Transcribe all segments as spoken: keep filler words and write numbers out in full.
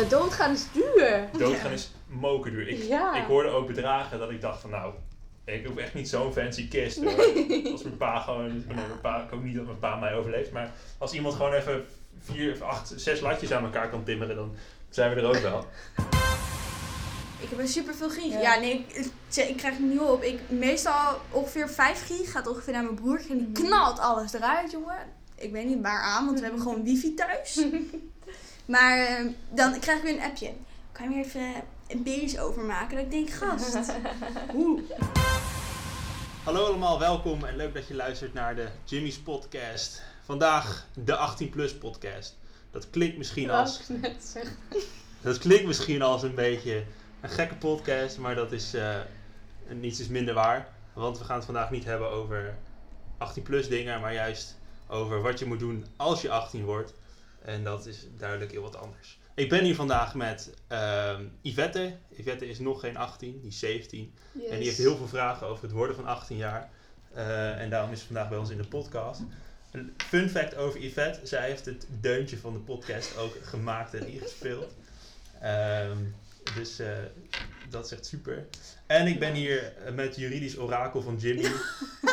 Nou, doodgaan is duur. Doodgaan ja. is mokerduur. Ik, ja. ik hoorde ook bedragen dat ik dacht van nou, ik hoef echt niet zo'n fancy kist. Nee. Als mijn pa gewoon, nee, mijn pa, ik hoop niet dat mijn pa mij overleeft, maar als iemand gewoon even vier, acht, zes latjes aan elkaar kan timmeren, dan zijn we er ook wel. Ik heb er super veel gig. Ja. Ja, nee, ik, ik krijg het niet op. Ik, meestal ongeveer vijf gig gaat ongeveer naar mijn broertje en die knalt alles eruit, jongen. Ik weet niet waaraan, want we hebben gewoon wifi thuis. Maar uh, dan krijg ik weer een appje. Kan je weer even een beers overmaken? Dat ik denk, gast. Hoe? Hallo allemaal, welkom en leuk dat je luistert naar de Jimmy's podcast. Vandaag de achttien plus podcast. Dat klinkt misschien als... Dat klinkt misschien als een beetje een gekke podcast, maar dat is uh, niets is minder waar. Want we gaan het vandaag niet hebben over achttien plus dingen, maar juist over wat je moet doen als je achttien wordt. En dat is duidelijk heel wat anders. Ik ben hier vandaag met uh, Yvette. Yvette is nog geen achttien, die is zeventien. Yes. En die heeft heel veel vragen over het worden van achttien jaar. Uh, en daarom is ze vandaag bij ons in de podcast. Een fun fact over Yvette. Zij heeft het deuntje van de podcast ook gemaakt en ingespeeld. Um, dus uh, dat is echt super. En ik ben hier met juridisch orakel van Jimmy. uh,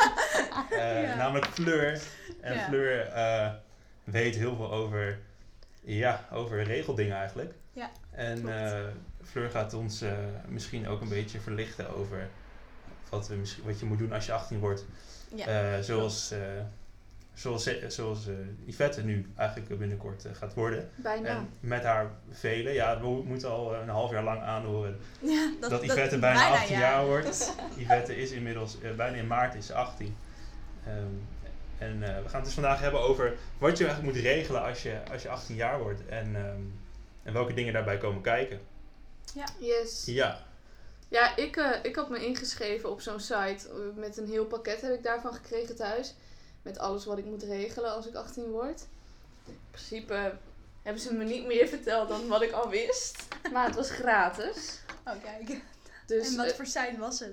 ja. Namelijk Fleur. En ja. Fleur uh, weet heel veel over, ja, over regeldingen eigenlijk. Ja, en uh, Fleur gaat ons uh, misschien ook een beetje verlichten over wat, we misschien, wat je moet doen als je achttien wordt. Ja. Uh, zoals... Uh, Zoals, zoals uh, Yvette nu eigenlijk binnenkort uh, gaat worden. Bijna. En met haar velen. Ja, we moeten al een half jaar lang aanhoren ja, dat, dat Yvette dat, bijna, bijna achttien ja. jaar wordt. Yvette is inmiddels, uh, bijna in maart is ze achttien. Um, en uh, we gaan het dus vandaag hebben over wat je eigenlijk moet regelen als je, als je achttien jaar wordt. En, um, en welke dingen daarbij komen kijken. Ja. Yes. Ja. Ja, ik, uh, ik had me ingeschreven op zo'n site. Met een heel pakket heb ik daarvan gekregen thuis. Met alles wat ik moet regelen als ik achttien word. In principe uh, hebben ze me niet meer verteld dan wat ik al wist. Maar het was gratis. Oh, kijk. Dus, en wat uh, voor site was het?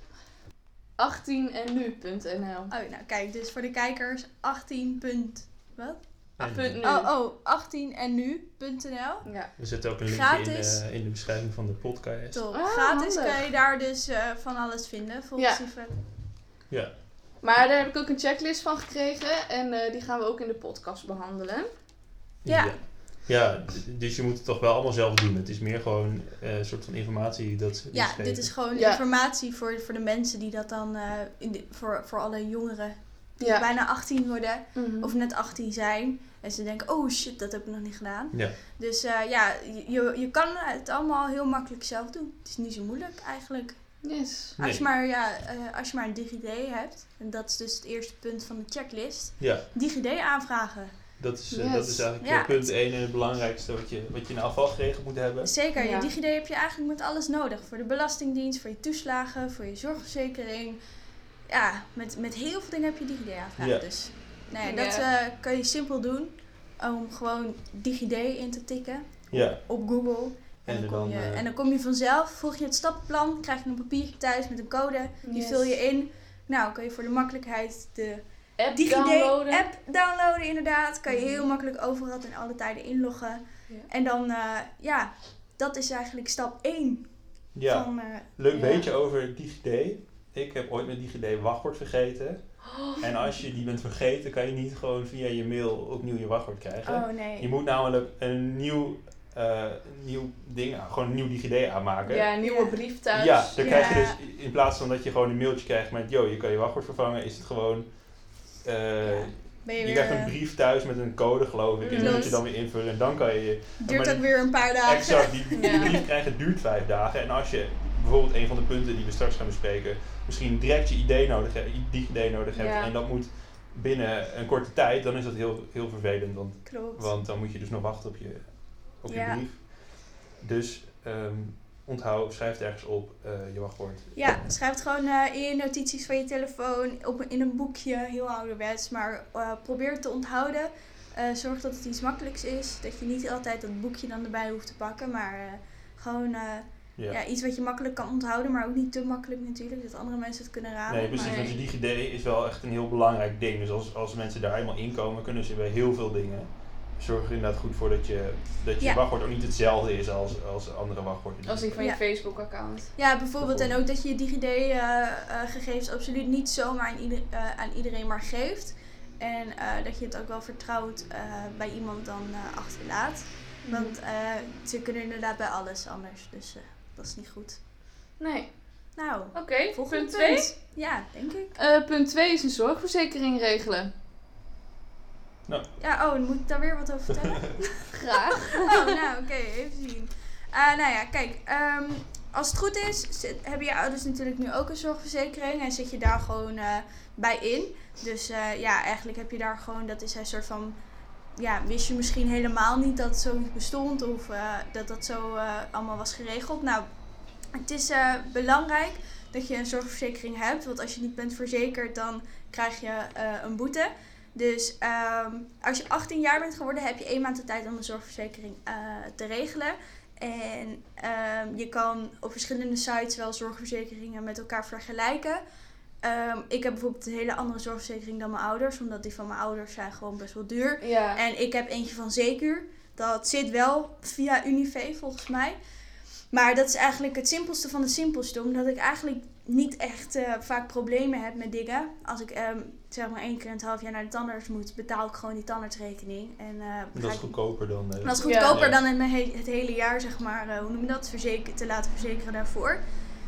achttien en nu punt n l. Oh, nou kijk, dus voor de kijkers achttien. Wat? En punt nu. Oh, oh, achttien en nu punt n l. Ja. Er zit ook een linkje in, uh, in de beschrijving van de podcast. Top. Ah, gratis handig. kan je daar dus uh, van alles vinden, volgens ja. Yvette. Ja. Maar daar heb ik ook een checklist van gekregen. En uh, die gaan we ook in de podcast behandelen. Ja. Ja, ja d- dus je moet het toch wel allemaal zelf doen. Het is meer gewoon uh, een soort van informatie dat ze Ja, geven. dit is gewoon ja. informatie voor, voor de mensen die dat dan... Uh, in de, voor, voor alle jongeren die ja. bijna achttien worden. Mm-hmm. Of net achttien zijn. En ze denken, oh shit, dat heb ik nog niet gedaan. Ja. Dus uh, ja, je, je kan het allemaal heel makkelijk zelf doen. Het is niet zo moeilijk eigenlijk. Yes. Nee. Als, je maar, ja, uh, als je maar een DigiD hebt, en dat is dus het eerste punt van de checklist, ja. DigiD aanvragen. Dat is, uh, yes. dat is eigenlijk ja, punt één en het belangrijkste wat je, wat je in afval geregeld moet hebben. Zeker, ja. je DigiD heb je eigenlijk met alles nodig. Voor de belastingdienst, voor je toeslagen, voor je zorgverzekering. Ja, met, met heel veel dingen heb je DigiD aanvragen. Ja. Dus nee, ja. dat uh, kan je simpel doen, om gewoon DigiD in te tikken ja. op Google. En, en, dan kom je, uh, en dan kom je vanzelf, volg je het stappenplan, krijg je een papiertje thuis met een code, die yes. vul je in. Nou, kan je voor de makkelijkheid de app downloaden. app downloaden inderdaad. Kan je heel makkelijk overal en alle tijden inloggen. Ja. En dan, uh, ja, dat is eigenlijk stap één. Ja, van, uh, leuk ja. beetje over DigiD. Ik heb ooit met DigiD wachtwoord vergeten. Oh. En als je die bent vergeten, kan je niet gewoon via je mail opnieuw je wachtwoord krijgen. Oh nee. Je moet namelijk een nieuw... Uh, nieuw ding, gewoon een nieuw DigiD aanmaken. Ja, een nieuwe ja. brief thuis. Ja, dan ja. krijg je dus in plaats van dat je gewoon een mailtje krijgt met yo, je kan je wachtwoord vervangen, is het gewoon uh, ja. ben je, je weer, krijgt een brief thuis met een code geloof ik, en die moet je dan weer invullen en dan kan je... Duurt ook die, weer een paar dagen. Exact, die, die ja. brief krijgen duurt vijf dagen en als je bijvoorbeeld een van de punten die we straks gaan bespreken, misschien direct je I D nodig hebt, DigiD nodig hebt ja. en dat moet binnen een korte tijd, dan is dat heel, heel vervelend, want, want dan moet je dus nog wachten op je op je ja. brief. Dus um, onthoud, schrijf het ergens op, uh, je wachtwoord. Ja, schrijf het gewoon uh, in je notities van je telefoon, op, in een boekje, heel ouderwets. Maar uh, probeer het te onthouden. Uh, zorg dat het iets makkelijks is. Dat je niet altijd dat boekje dan erbij hoeft te pakken. Maar uh, gewoon uh, ja. Ja, iets wat je makkelijk kan onthouden. Maar ook niet te makkelijk natuurlijk, dat andere mensen het kunnen raden. Nee, precies. Maar, want je DigiD is wel echt een heel belangrijk ding. Dus als, als mensen daar eenmaal in komen, kunnen ze bij heel veel dingen... zorg er inderdaad goed voor dat je, dat je Ja. wachtwoord ook niet hetzelfde is als, als andere wachtwoorden. Als die van je Ja. Facebook-account. Ja, bijvoorbeeld. En ook dat je je DigiD-gegevens uh, uh, absoluut niet zomaar aan, ieder, uh, aan iedereen maar geeft. En uh, dat je het ook wel vertrouwd uh, bij iemand dan uh, achterlaat. Want uh, ze kunnen inderdaad bij alles anders. Dus uh, dat is niet goed. Nee. Nou, Oké, okay, volgende punt twee. punt. Ja, denk ik. Uh, punt twee is een zorgverzekering regelen. Nou. Ja, oh, moet ik daar weer wat over vertellen? Graag. Oh, nou oké, okay, even zien. Uh, nou ja, kijk. Um, als het goed is, zit, hebben je ouders natuurlijk nu ook een zorgverzekering. En zit je daar gewoon uh, bij in. Dus uh, ja, eigenlijk heb je daar gewoon, dat is een soort van... Ja, wist je misschien helemaal niet dat het zoiets bestond. Of uh, dat dat zo uh, allemaal was geregeld. Nou, het is uh, belangrijk dat je een zorgverzekering hebt. Want als je niet bent verzekerd, dan krijg je uh, een boete. Dus um, als je achttien jaar bent geworden, heb je één maand de tijd om een zorgverzekering uh, te regelen. En um, je kan op verschillende sites wel zorgverzekeringen met elkaar vergelijken. Um, ik heb bijvoorbeeld een hele andere zorgverzekering dan mijn ouders. Omdat die van mijn ouders zijn gewoon best wel duur. Ja. En ik heb eentje van Zeker. Dat zit wel via Unive volgens mij. Maar dat is eigenlijk het simpelste van het simpelste. Omdat ik eigenlijk niet echt uh, vaak problemen heb met dingen. Als ik um, zeg maar één keer in het half jaar naar de tandarts moet, betaal ik gewoon die tandartsrekening. En, uh, dat is goedkoper dan... Uh, dat is goedkoper ja. dan in mijn he- het hele jaar, zeg maar, uh, hoe noem je dat, Verzeker- te laten verzekeren daarvoor.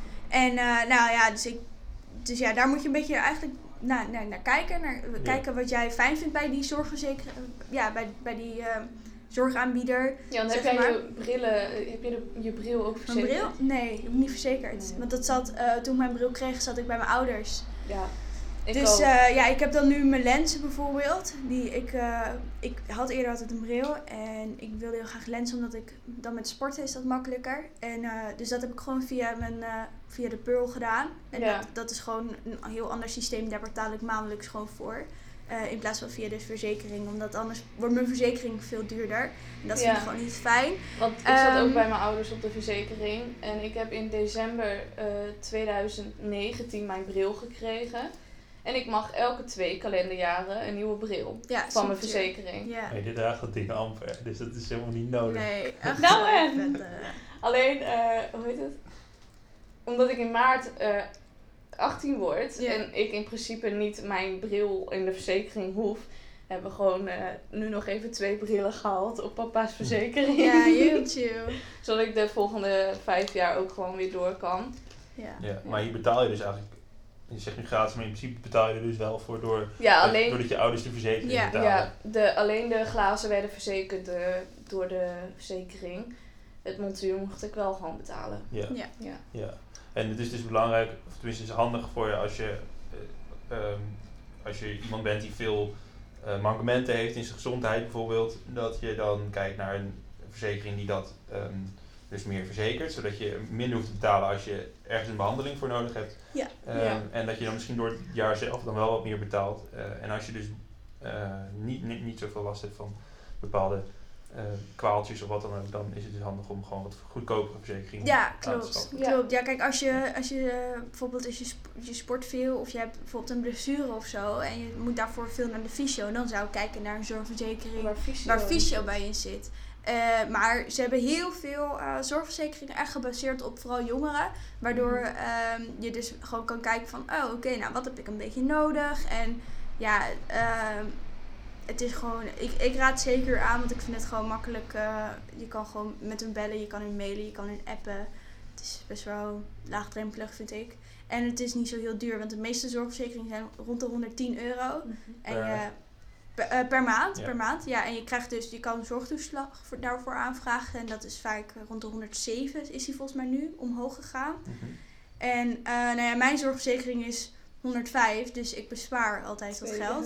En uh, nou ja, dus, ik, dus ja, daar moet je een beetje eigenlijk naar, naar, naar kijken. Naar, ja. Kijken wat jij fijn vindt bij die zorgverzekering, ja, bij, bij die... Uh, zorgaanbieder. Ja, dan heb jij maar. je brillen, heb je de, je bril ook verzekerd? Mijn bril? Nee, ik heb niet verzekerd. Nee. Want dat zat, uh, toen ik mijn bril kreeg, zat ik bij mijn ouders. Ja. Ik dus uh, ja, ik heb dan nu mijn lenzen bijvoorbeeld. Die ik, uh, ik had eerder altijd een bril en ik wilde heel graag lenzen, omdat ik dan met sporten is dat makkelijker. En uh, dus dat heb ik gewoon via mijn uh, via de Pearl gedaan. En ja. dat, dat is gewoon een heel ander systeem. Daar betaal ik maandelijks gewoon voor. Uh, in plaats van via de verzekering. Omdat anders wordt mijn verzekering veel duurder. En dat ja. vind ik gewoon niet fijn. Want ik um, zat ook bij mijn ouders op de verzekering. En ik heb in december uh, twintig negentien mijn bril gekregen. En ik mag elke twee kalenderjaren een nieuwe bril ja, van mijn verzekering. Ja. Nee, dit draagt dat ding amper. Dus dat is helemaal niet nodig. Nee, echt nou en! Uh... Alleen, uh, hoe heet het? Omdat ik in maart... Uh, achttien wordt ja. en ik in principe niet mijn bril in de verzekering hoef, hebben we gewoon uh, nu nog even twee brillen gehaald op papa's verzekering. Ja, heel chill. Zodat ik de volgende vijf jaar ook gewoon weer door kan. Ja, ja maar hier betaal je dus eigenlijk, je zegt nu gratis, maar in principe betaal je er dus wel voor door, ja, alleen, doordat je ouders de verzekering ja, betalen. Ja, de, alleen de glazen werden verzekerd de, door de verzekering. Het montuur mocht ik wel gewoon betalen. Ja. Ja. ja. ja. En het is dus belangrijk, of tenminste is handig voor je als je, uh, um, als je iemand bent die veel uh, mankementen heeft in zijn gezondheid bijvoorbeeld, dat je dan kijkt naar een verzekering die dat um, dus meer verzekert, zodat je minder hoeft te betalen als je ergens een behandeling voor nodig hebt. Ja. Um, ja. En dat je dan misschien door het jaar zelf dan wel wat meer betaalt. Uh, en als je dus uh, niet, niet, niet zoveel last hebt van bepaalde Uh, kwaaltjes of wat dan ook, dan is het dus handig om gewoon wat goedkopere verzekeringen ja, aan te schaffen. Ja, klopt. Ja, kijk, als je, als je uh, bijvoorbeeld als je, sp- je sport veel of je hebt bijvoorbeeld een blessure of zo en je moet daarvoor veel naar de fysio, dan zou ik kijken naar een zorgverzekering waar fysio, waar fysio bij in zit. Uh, maar ze hebben heel veel uh, zorgverzekeringen echt gebaseerd op vooral jongeren, waardoor uh, je dus gewoon kan kijken van, oh oké, okay, nou wat heb ik een beetje nodig en ja, uh, het is gewoon, ik, ik raad zeker aan, want ik vind het gewoon makkelijk. Uh, je kan gewoon met hun bellen, je kan hun mailen, je kan hun appen. Het is best wel laagdrempelig, vind ik. En het is niet zo heel duur, want de meeste zorgverzekeringen zijn rond de honderdtien euro. Mm-hmm. En per, je, per, uh, per maand, ja. per maand. Ja, en je krijgt dus, je kan een zorgtoeslag voor, daarvoor aanvragen. En dat is vaak rond de honderdzeven, is die volgens mij nu omhoog gegaan. Mm-hmm. En uh, nou ja, mijn zorgverzekering is honderdvijf, dus ik bespaar altijd wat geld.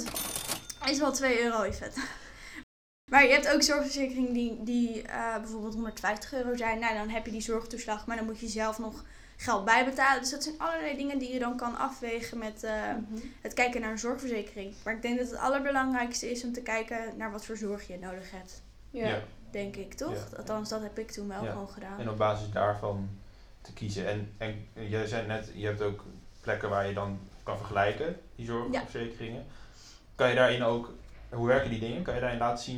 Is wel twee euro even. Maar je hebt ook zorgverzekeringen die, die uh, bijvoorbeeld honderdvijftig euro zijn. Nou, dan heb je die zorgtoeslag, maar dan moet je zelf nog geld bijbetalen. Dus dat zijn allerlei dingen die je dan kan afwegen met uh, mm-hmm. het kijken naar een zorgverzekering. Maar ik denk dat het allerbelangrijkste is om te kijken naar wat voor zorg je nodig hebt. Ja. ja. Denk ik, toch? Ja. Althans, dat heb ik toen wel ja. gewoon gedaan. En op basis daarvan te kiezen. En, en je zei net, je hebt ook plekken waar je dan kan vergelijken, die zorgverzekeringen. Ja. Kan je daarin ook, hoe werken die dingen? Kan je daarin laten zien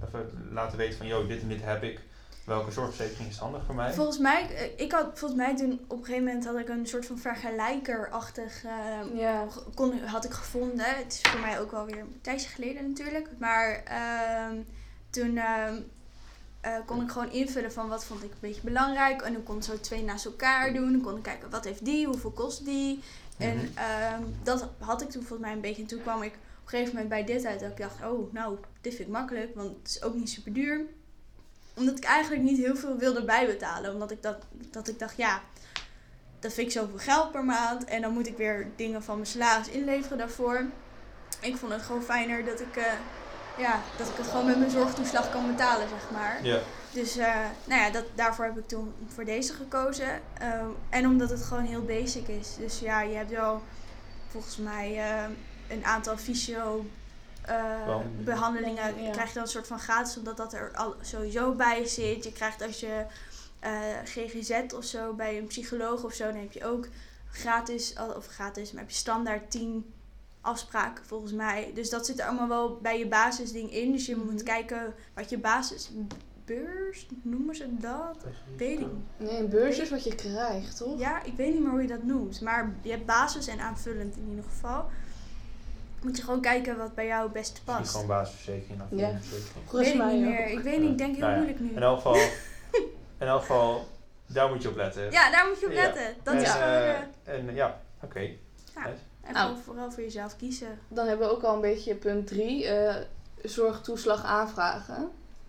even laten weten van, joh, dit en dit heb ik. Welke zorgverzekering is handig voor mij? Volgens mij, ik had volgens mij toen op een gegeven moment had ik een soort van vergelijkerachtig uh, Ja. kon, had ik gevonden. Het is voor mij ook wel weer een tijdje geleden natuurlijk. Maar uh, toen uh, uh, kon ik gewoon invullen van wat vond ik een beetje belangrijk. En dan kon ik zo twee naast elkaar doen. Dan kon ik kijken wat heeft die, hoeveel kost die. Mm-hmm. En uh, dat had ik toen volgens mij een beetje. En toen kwam ik op een gegeven moment bij dit uit. Dat ik dacht, oh nou, dit vind ik makkelijk. Want het is ook niet super duur. Omdat ik eigenlijk niet heel veel wilde bijbetalen. Omdat ik, dat, dat ik dacht, ja, dat vind ik zoveel geld per maand. En dan moet ik weer dingen van mijn salaris inleveren daarvoor. Ik vond het gewoon fijner dat ik, uh, ja, dat ik het gewoon met mijn zorgtoeslag kan betalen, zeg maar. Ja. Dus uh, nou ja, dat, daarvoor heb ik toen voor deze gekozen. Uh, en omdat het gewoon heel basic is. Dus ja, je hebt wel volgens mij uh, een aantal fysio... Uh, behandelingen ja. krijg je dan een soort van gratis, omdat dat er al sowieso bij zit. Je krijgt als je uh, G G Z of zo bij een psycholoog of zo, dan heb je ook gratis, of gratis, maar heb je standaard tien afspraken volgens mij. Dus dat zit er allemaal wel bij je basisding in. Dus je mm-hmm. moet kijken wat je basisbeurs, noemen ze dat? Weet ik niet. Nee, een beurs is wat je krijgt, toch? Ja, ik weet niet meer hoe je dat noemt. Maar je hebt basis en aanvullend in ieder geval. Moet je gewoon kijken wat bij jou het beste past. Niet gewoon basisverzekering. Ja. Weet ik niet meer. Ik weet niet, ik denk heel nou ja, moeilijk nu. In elk geval, in elk geval, daar moet je op letten. Ja, daar moet je op letten. Ja. Dat en, is gewoon... Uh, en ja, oké. Okay. Ja. Nice. En nou, vooral voor jezelf kiezen. Dan hebben we ook al een beetje punt drie. Uh, zorgtoeslag aanvragen.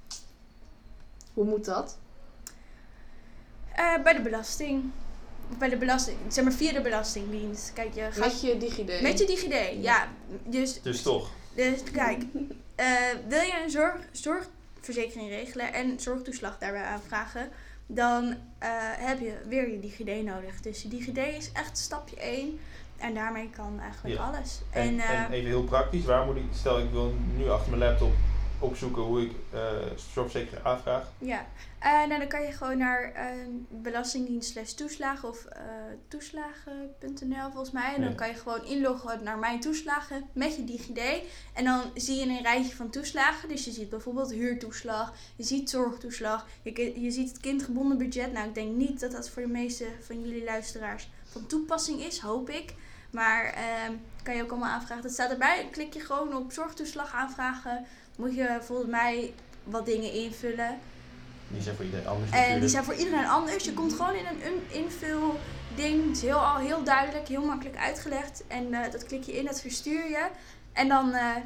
Hoe moet dat? Uh, bij de belasting. Bij de belasting, zeg maar via de Belastingdienst. Kijk, je gaat met je DigiD. Met je DigiD, ja. ja. Dus, dus toch. Dus kijk, uh, wil je een zorg, zorgverzekering regelen en zorgtoeslag daarbij aanvragen, dan uh, heb je weer je DigiD nodig. Dus je DigiD is echt stapje één en daarmee kan eigenlijk ja. alles. En, en, uh, en even heel praktisch, waar moet ik, stel ik wil nu achter mijn laptop opzoeken hoe ik uh, zorgverzekering aanvraag? Ja, uh, nou dan kan je gewoon naar uh, belastingdienst slash toeslagen of uh, toeslagen punt n l volgens mij. En dan ja. kan je gewoon inloggen naar mijn toeslagen met je DigiD. En dan zie je een rijtje van toeslagen. Dus je ziet bijvoorbeeld huurtoeslag, je ziet zorgtoeslag, je, je ziet het kindgebonden budget. Nou, ik denk niet dat dat voor de meeste van jullie luisteraars van toepassing is, hoop ik. Maar uh, kan je ook allemaal aanvragen. Dat staat erbij. Klik je gewoon op zorgtoeslag aanvragen. Moet je volgens mij wat dingen invullen. Die zijn voor iedereen anders. En die zijn voor iedereen anders. Je komt gewoon in een invulding. Het is heel, al heel duidelijk, heel makkelijk uitgelegd. En uh, dat klik je in, dat verstuur je. En dan uh,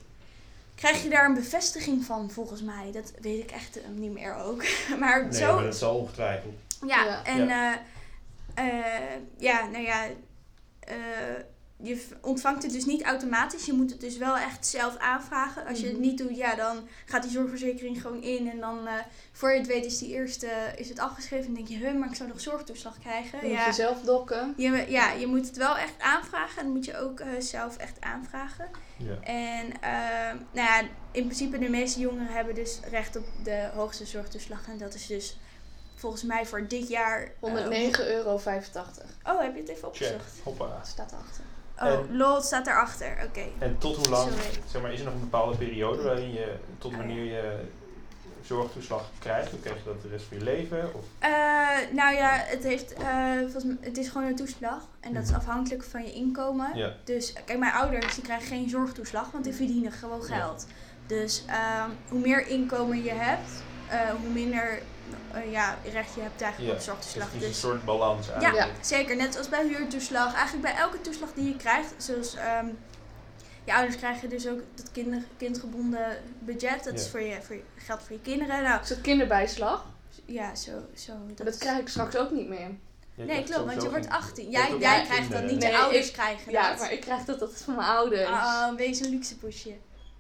krijg je daar een bevestiging van, volgens mij. Dat weet ik echt uh, niet meer ook. maar nee, zo, maar dat zal ongetwijfeld. Ja, ja. en ja. Uh, uh, ja, nou ja... Uh, je ontvangt het dus niet automatisch. Je moet het dus wel echt zelf aanvragen. Als je het niet doet, ja, dan gaat die zorgverzekering gewoon in. En dan, uh, voor je het weet, is die eerste is het afgeschreven. En denk je, huh, maar ik zou nog zorgtoeslag krijgen. Je ja. moet je zelf dokken. Je, ja, je moet het wel echt aanvragen. En dat moet je ook uh, zelf echt aanvragen. Ja. En uh, nou ja, in principe de meeste jongeren hebben dus recht op de hoogste zorgtoeslag. En dat is dus volgens mij voor dit jaar... Uh, honderdnegen euro vijfentachtig. Oh, heb je het even opgezocht? Check. Hoppa. Het staat erachter. Oh, en, lol, het staat erachter. Oké. Okay. En tot hoe lang, zeg maar, is er nog een bepaalde periode waarin je, tot wanneer je zorgtoeslag krijgt? Of krijg je dat de rest van je leven? Of? Uh, nou ja, het, heeft, uh, het is gewoon een toeslag. En dat is afhankelijk van je inkomen. Ja. Dus kijk, mijn ouders die krijgen geen zorgtoeslag, want die verdienen gewoon geld. Ja. Dus uh, hoe meer inkomen je hebt, uh, hoe minder... Uh, ja, recht je hebt eigenlijk ja, op zorgtoeslag. Dus het is dus een soort balans eigenlijk. Ja, zeker. Net als bij huurtoeslag. Eigenlijk bij elke toeslag die je krijgt. Zoals um, je ouders krijgen dus ook dat kinder, kindgebonden budget. Dat ja. is voor je, voor je, geld voor je kinderen. Nou, is dat kinderbijslag? Ja, zo. zo dat dat krijg ik straks ook niet meer. Ja, nee, klopt, want je wordt achttien. Jij, jij krijgt dat niet, nee, je ouders ik, krijgen ja, dat. Ja, maar ik krijg dat, dat is van mijn ouders. Oh, wees een luxe poesje.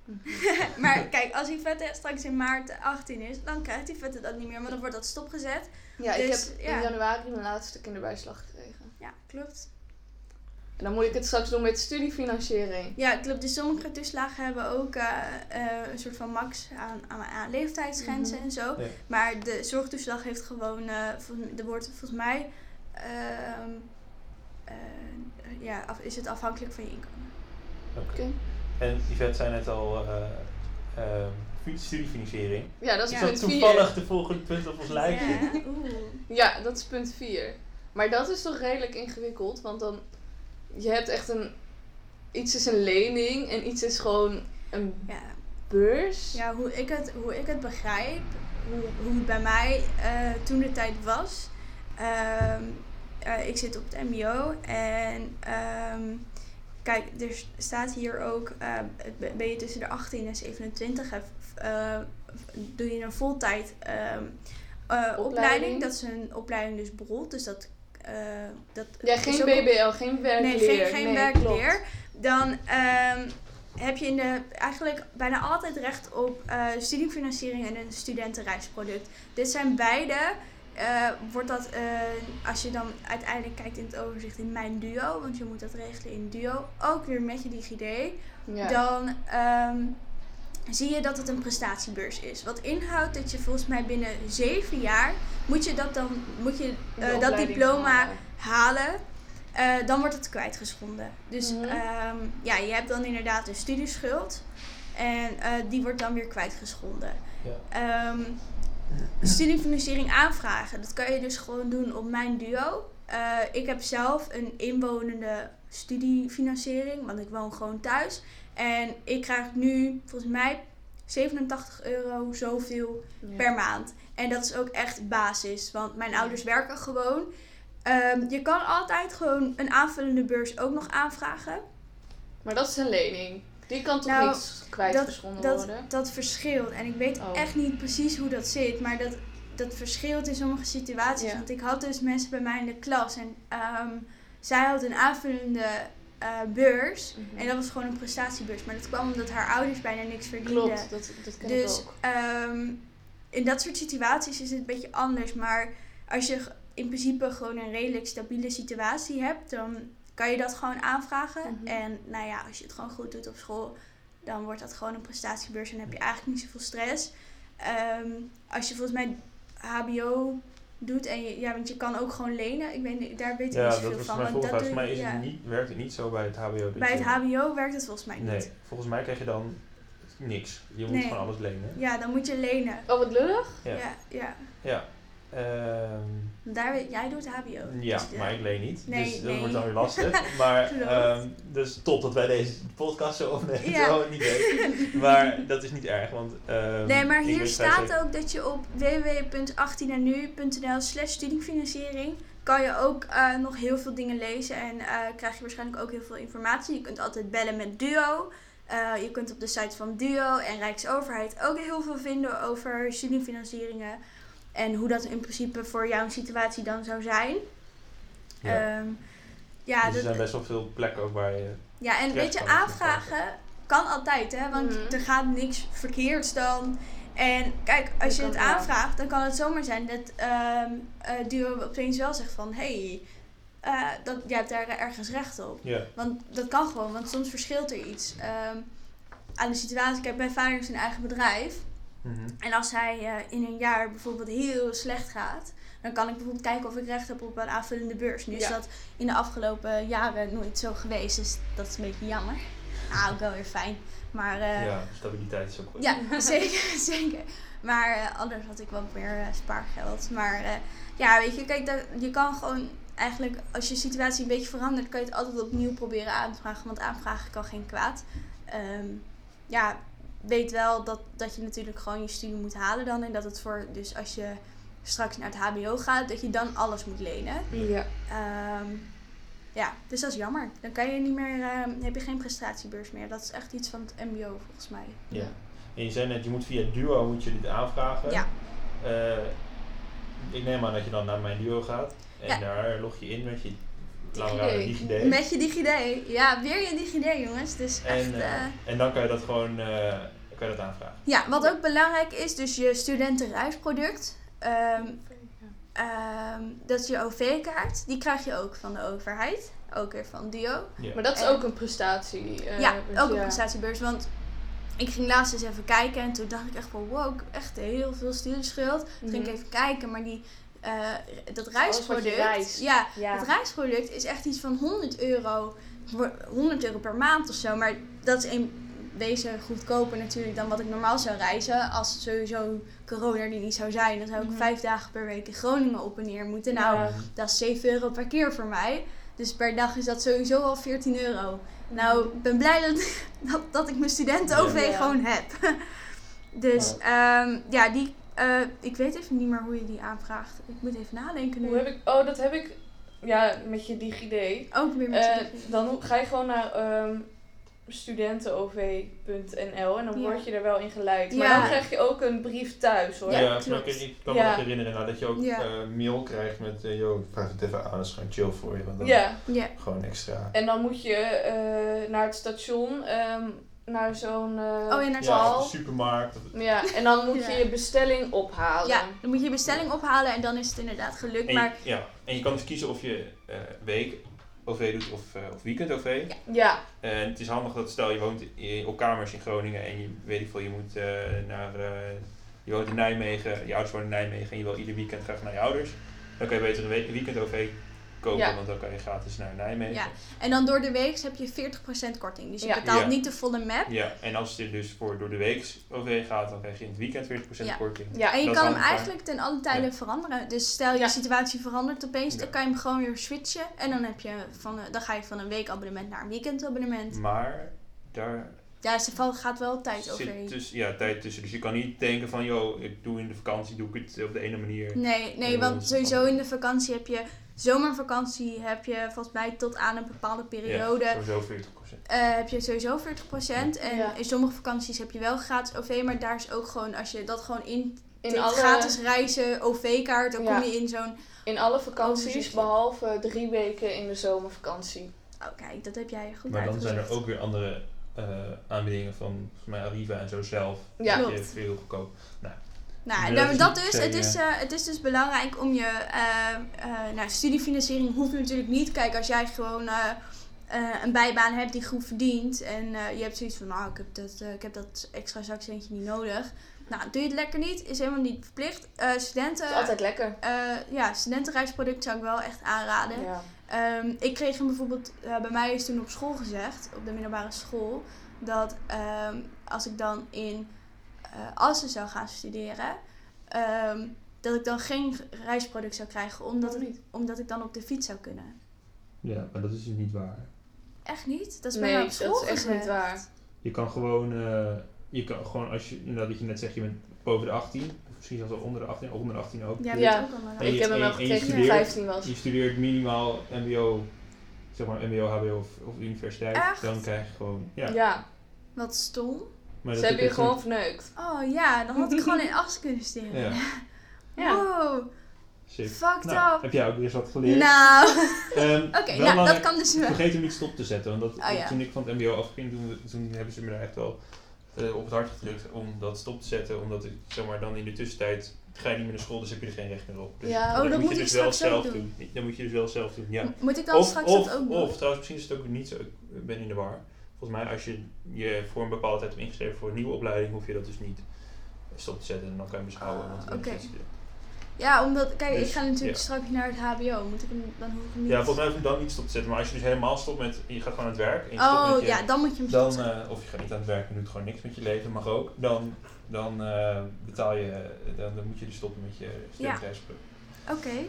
Maar kijk, als Yvette straks in maart achttien is, dan krijgt Yvette dat niet meer, maar dan wordt dat stopgezet. Ja, dus, ik heb in ja. januari mijn laatste kinderbijslag gekregen. Ja, klopt. En dan moet ik het straks doen met studiefinanciering. Ja, klopt. Dus sommige toeslagen hebben ook uh, uh, een soort van max aan, aan, aan leeftijdsgrenzen mm-hmm. en zo. Ja. Maar de zorgtoeslag heeft gewoon, uh, er wordt volgens mij, uh, uh, ja, af, is het afhankelijk van je inkomen. Oké. Okay. En Yvette zei net al, uh, uh, studiefinanciering. Ja, dat is Ja. punt Dat vier. toevallig de volgende punt op ons lijstje. Ja, oeh. Ja, dat is punt vier. Maar dat is toch redelijk ingewikkeld, want dan... Je hebt echt een... Iets is een lening en iets is gewoon een Ja. beurs. Ja, hoe ik het, hoe ik het begrijp, hoe, hoe het bij mij uh, toen de tijd was. Um, uh, ik zit op het M B O en um, kijk, er staat hier ook, uh, ben je tussen de achttien en zevenentwintig, uh, doe je een voltijd um, uh, opleiding. opleiding. Dat is een opleiding dus B R O T, dus dat... Uh, dat ja, geen B B L, geen werkleer. Nee, geen, geen nee, werkleer. Klopt. Dan um, heb je in de, eigenlijk bijna altijd recht op uh, studiefinanciering en een studentenreisproduct. Dit zijn beide, uh, wordt dat, uh, als je dan uiteindelijk kijkt in het overzicht in Mijn Duo, want je moet dat regelen in Duo, ook weer met je DigiD, Ja. dan um, zie je dat het een prestatiebeurs is. Wat inhoudt dat je volgens mij binnen zeven jaar moet je dat dan moet je uh, dat diploma halen. halen. Uh, dan wordt het kwijtgeschonden. Dus mm-hmm. um, ja, je hebt dan inderdaad een studieschuld. En uh, die wordt dan weer kwijtgeschonden. Ja. Um, studiefinanciering aanvragen. Dat kan je dus gewoon doen op Mijn Duo. Uh, ik heb zelf een inwonende studiefinanciering. Want ik woon gewoon thuis. En ik krijg nu volgens mij zevenentachtig euro zoveel ja. per maand. En dat is ook echt basis. Want mijn ja. ouders werken gewoon. Um, je kan altijd gewoon een aanvullende beurs ook nog aanvragen. Maar dat is een lening. Die kan toch nou, niet kwijtgeschonden dat, worden? Dat, dat verschilt. En ik weet oh. echt niet precies hoe dat zit. Maar dat, dat verschilt in sommige situaties. Ja. Want ik had dus mensen bij mij in de klas. En um, zij had een aanvullende uh, beurs. Mm-hmm. En dat was gewoon een prestatiebeurs. Maar dat kwam omdat haar ouders bijna niks verdienden. Klopt, dat, dat ken dus, ik ook. Um, in dat soort situaties is het een beetje anders. Maar als je in principe gewoon een redelijk stabiele situatie hebt, dan kan je dat gewoon aanvragen. Mm-hmm. En nou ja, als je het gewoon goed doet op school, dan wordt dat gewoon een prestatiebeurs en heb je eigenlijk niet zoveel stress. Um, als je volgens mij H B O doet en je, ja, want je kan ook gewoon lenen. Ik weet, daar weet ik ja, niet zoveel van. Ja, volgens dat mij is ja. het niet, werkt het niet zo bij het H B O. Bij het H B O werkt het volgens mij niet. Nee, volgens mij krijg je dan niks. Je moet nee. gewoon alles lenen. Ja, dan moet je lenen. Oh, wat lullig. Ja. Ja, ja. ja. Um, Daar, jij doet H B O. Ja, dus de, maar ik leen niet. Nee, dus dat nee. wordt dan weer lastig. Maar um, dus top dat wij deze podcast zo opnemen. Ja. Zo niet weet. Maar dat is niet erg. Want, um, nee, maar hier staat zeker... ook dat je op w w w punt achttien en nu punt n l slash studiefinanciering kan je ook uh, nog heel veel dingen lezen. En uh, krijg je waarschijnlijk ook heel veel informatie. Je kunt altijd bellen met Duo. Uh, je kunt op de site van Duo en Rijksoverheid ook heel veel vinden over studiefinancieringen. En hoe dat in principe voor jouw situatie dan zou zijn. Ja. Um, ja, dus er dat, zijn best wel veel plekken ook waar je... Ja, en weet je, aanvragen kan altijd, hè. Want mm-hmm. er gaat niks verkeerds dan. En kijk, als je, je het aanvraagt, dan kan het zomaar zijn dat um, uh, Duo opeens wel zegt van... Hé, hey, uh, dat, jij hebt daar ergens recht op. Ja. Want dat kan gewoon, want soms verschilt er iets. Um, aan de situatie, kijk, mijn vader heeft een eigen bedrijf... Mm-hmm. En als hij uh, in een jaar bijvoorbeeld heel slecht gaat, dan kan ik bijvoorbeeld kijken of ik recht heb op een aanvullende beurs. Nu is ja. dat in de afgelopen jaren nooit zo geweest, dus dat is een beetje jammer. Nou, ook wel weer fijn. Maar, uh, ja, stabiliteit is ook goed. Ja, zeker, zeker. Maar uh, anders had ik wel meer uh, spaargeld. Maar uh, ja, weet je, kijk, dat, je kan gewoon eigenlijk, als je situatie een beetje verandert, kan je het altijd opnieuw proberen aan te vragen, want aanvragen kan geen kwaad. Um, ja, weet wel dat, dat je natuurlijk gewoon je studie moet halen dan. En dat het voor, dus als je straks naar het H B O gaat, dat je dan alles moet lenen. Ja. Um, ja, dus dat is jammer. Dan kan je niet meer, uh, heb je geen prestatiebeurs meer. Dat is echt iets van het M B O volgens mij. Ja. En je zei net, je moet via Duo moet je dit aanvragen. Ja. Uh, ik neem aan dat je dan naar Mijn Duo gaat. En ja. daar log je in met je DigiD. Met je DigiD. Ja, weer je DigiD, jongens. Dus en, echt, uh, uh, en dan kan je dat gewoon uh, kan je dat aanvragen. Ja, wat ook belangrijk is, dus je studentenreisproduct. Um, um, dat is je O V-kaart. Die krijg je ook van de overheid. Ook weer van Duo. Ja. Maar dat is en, ook een prestatie. Uh, ja, dus ook ja. een prestatiebeurs. Want ik ging laatst eens even kijken. En toen dacht ik echt van wow, echt heel veel studieschuld. Toen mm-hmm. ging ik even kijken, maar die... Uh, dat reisproduct, ja, ja, het reisproduct is echt iets van honderd euro, honderd euro per maand of zo. Maar dat is een, wezen goedkoper natuurlijk dan wat ik normaal zou reizen. Als sowieso corona er niet zou zijn, dan zou ik Mm-hmm. vijf dagen per week in Groningen op en neer moeten. Nou, Ja. dat is zeven euro per keer voor mij. Dus per dag is dat sowieso al veertien euro. Nou, ik ben blij dat, dat, dat ik mijn studenten-O V Ja. gewoon heb. Dus um, ja, die, uh, ik weet even niet meer hoe je die aanvraagt. Ik moet even nadenken nu. Hoe heb ik, oh, dat heb ik ja, met je DigiD. Ook weer met Uh, je dan ga je gewoon naar um, studentenov punt n l en dan Ja. word je er wel in geleid. Maar Ja. dan krijg je ook een brief thuis hoor. Ja, Ja, klopt. maar ik, ik kan Ja. me nog herinneren nou, dat je ook Ja. uh, mail krijgt met, uh, yo, ik vraag het even aan, dat is gewoon chill voor je. Want dan Ja. Ja. gewoon extra. En dan moet je uh, naar het station, um, naar zo'n uh, Oh, ja, naar Ja, paal. of de supermarkt. Of, Ja, en dan moet je Ja. je bestelling ophalen. Ja, dan moet je je bestelling ophalen en dan is het inderdaad gelukt. en, je, Maar ja, en je kan dus kiezen of je uh, week O V doet of, uh, of weekend O V. Ja. Ja. En het is handig dat stel je woont in, op kamers in Groningen en je weet ik veel, je moet uh, naar uh, je woont in Nijmegen, je ouders wonen in Nijmegen en je wil ieder weekend graag naar je ouders. Dan kan je beter een we- weekend O V kopen, Ja. want dan kan je gratis naar Nijmegen. ja, en dan door de week heb je veertig procent korting. Dus je Ja. betaalt Ja. niet de volle map. Ja, en als het dus voor door de week O V gaat, dan krijg je in het weekend veertig procent Ja. korting. Ja, En je dat kan is hem handig, eigenlijk ten alle tijden veranderen. Dus stel je Ja. situatie verandert opeens, Ja. dan kan je hem gewoon weer switchen. En dan, heb je van, dan ga je van een weekabonnement naar een weekendabonnement. Maar daar Ja, er val- gaat wel tijd overheen. zit dus, ja, tijd tussen. Dus je kan niet denken van, joh, ik doe in de vakantie doe ik het op de ene manier. Nee, nee, Ja, dat want is sowieso wel- in de vakantie heb je... Zomervakantie heb je volgens mij tot aan een bepaalde periode... Ja, sowieso veertig procent. Uh, heb je sowieso veertig procent. En Ja. in sommige vakanties heb je wel gratis O V. Maar daar is ook gewoon, als je dat gewoon in... in alle, gratis reizen, O V-kaart, dan Ja. kom je in zo'n... in alle vakanties, Overzichtje. behalve drie weken in de zomervakantie. Oh kijk, dat heb jij goed Maar dan uitgelegd. zijn er ook weer andere uh, aanbiedingen van volgens mij Arriva en zo zelf. Ja. Dat je Klopt. veel goedkoop. Nou, Nou, Ja, en dat dat, is dat niet dus, per het, se, is, ja. uh, het is dus belangrijk om je... Uh, uh, nou, studiefinanciering hoeft natuurlijk niet. Kijk, als jij gewoon uh, uh, een bijbaan hebt die goed verdient... en uh, je hebt zoiets van, nou, ik heb dat, uh, ik heb dat extra zakcentje niet nodig... Nou, doe je het lekker niet, is helemaal niet verplicht. Uh, studenten... Het is altijd lekker. Uh, ja, studentenreisproduct zou ik wel echt aanraden. Ja. Um, ik kreeg hem bijvoorbeeld, uh, bij mij is toen op school gezegd, op de middelbare school, dat um, als ik dan in uh, Assen zou gaan studeren, um, dat ik dan geen reisproduct zou krijgen, omdat, Waarom het, niet? omdat ik dan op de fiets zou kunnen. ja, maar dat is dus niet waar. Echt niet? Dat is bij Nee, mij op school dat is echt gezegd. niet waar. Je kan gewoon, uh, je kan gewoon als je, inderdaad dat je net zegt, je bent boven de achttien, of misschien zelfs wel onder de achttien, of onder de achttien ook. Ja, Ja. weet ook allemaal. En je- Ik heb hem wel en je gekregen toen ik studeert- vijftien was. Je studeert minimaal M B O, zeg maar M B O, H B O of, of universiteit, Echt? dan krijg je gewoon, ja. Ja, Wat stom. Maar ze dat hebben je is gewoon echt verneukt. Oh ja, dan had ik gewoon in Assen kunnen studeren. Ja. Ja. Wow, sick. fucked Nou, up. heb jij ook weer eens wat geleerd? Nou, Ehm, oké, wel nou, belangrijk- dat kan dus wel. Vergeet hem niet stop te zetten, want dat, Oh, ja. toen ik van het M B O afging, toen, toen hebben ze me daar echt wel uh, op het hart gedrukt om dat stop te zetten, omdat ik, zeg maar, dan in de tussentijd ga je niet meer naar school, dus heb je er geen recht meer op. Dus Ja. Oh, dat dat moet moet je ik dus wel straks ook zelf doen. doen. Dat moet je dus wel zelf doen, ja. Moet ik dan Of, straks of, dat ook doen? of, trouwens, misschien is het ook niet zo, ik ben in de war. Volgens mij, als je je voor een bepaalde tijd hebt ingeschreven voor een nieuwe opleiding, hoef je dat dus niet stop te zetten en dan kan je hem beschouwen. Want je bent oké. geen student. Ja, omdat, kijk, Dus, ik ga natuurlijk ja. straks naar het H B O. Moet ik hem, dan hoef ik hem niet... Ja, volgens mij hoef je dan niet stop te zetten, maar als je dus helemaal stopt met, je gaat gewoon aan het werk en je stopt Oh, met je, ja, dan moet je hem dan, stopzetten. uh, of je gaat niet aan het werk en doet gewoon niks met je leven, mag ook, dan, dan uh, betaal je, dan, dan moet je dus stoppen met je studentenreisproduct. Oké.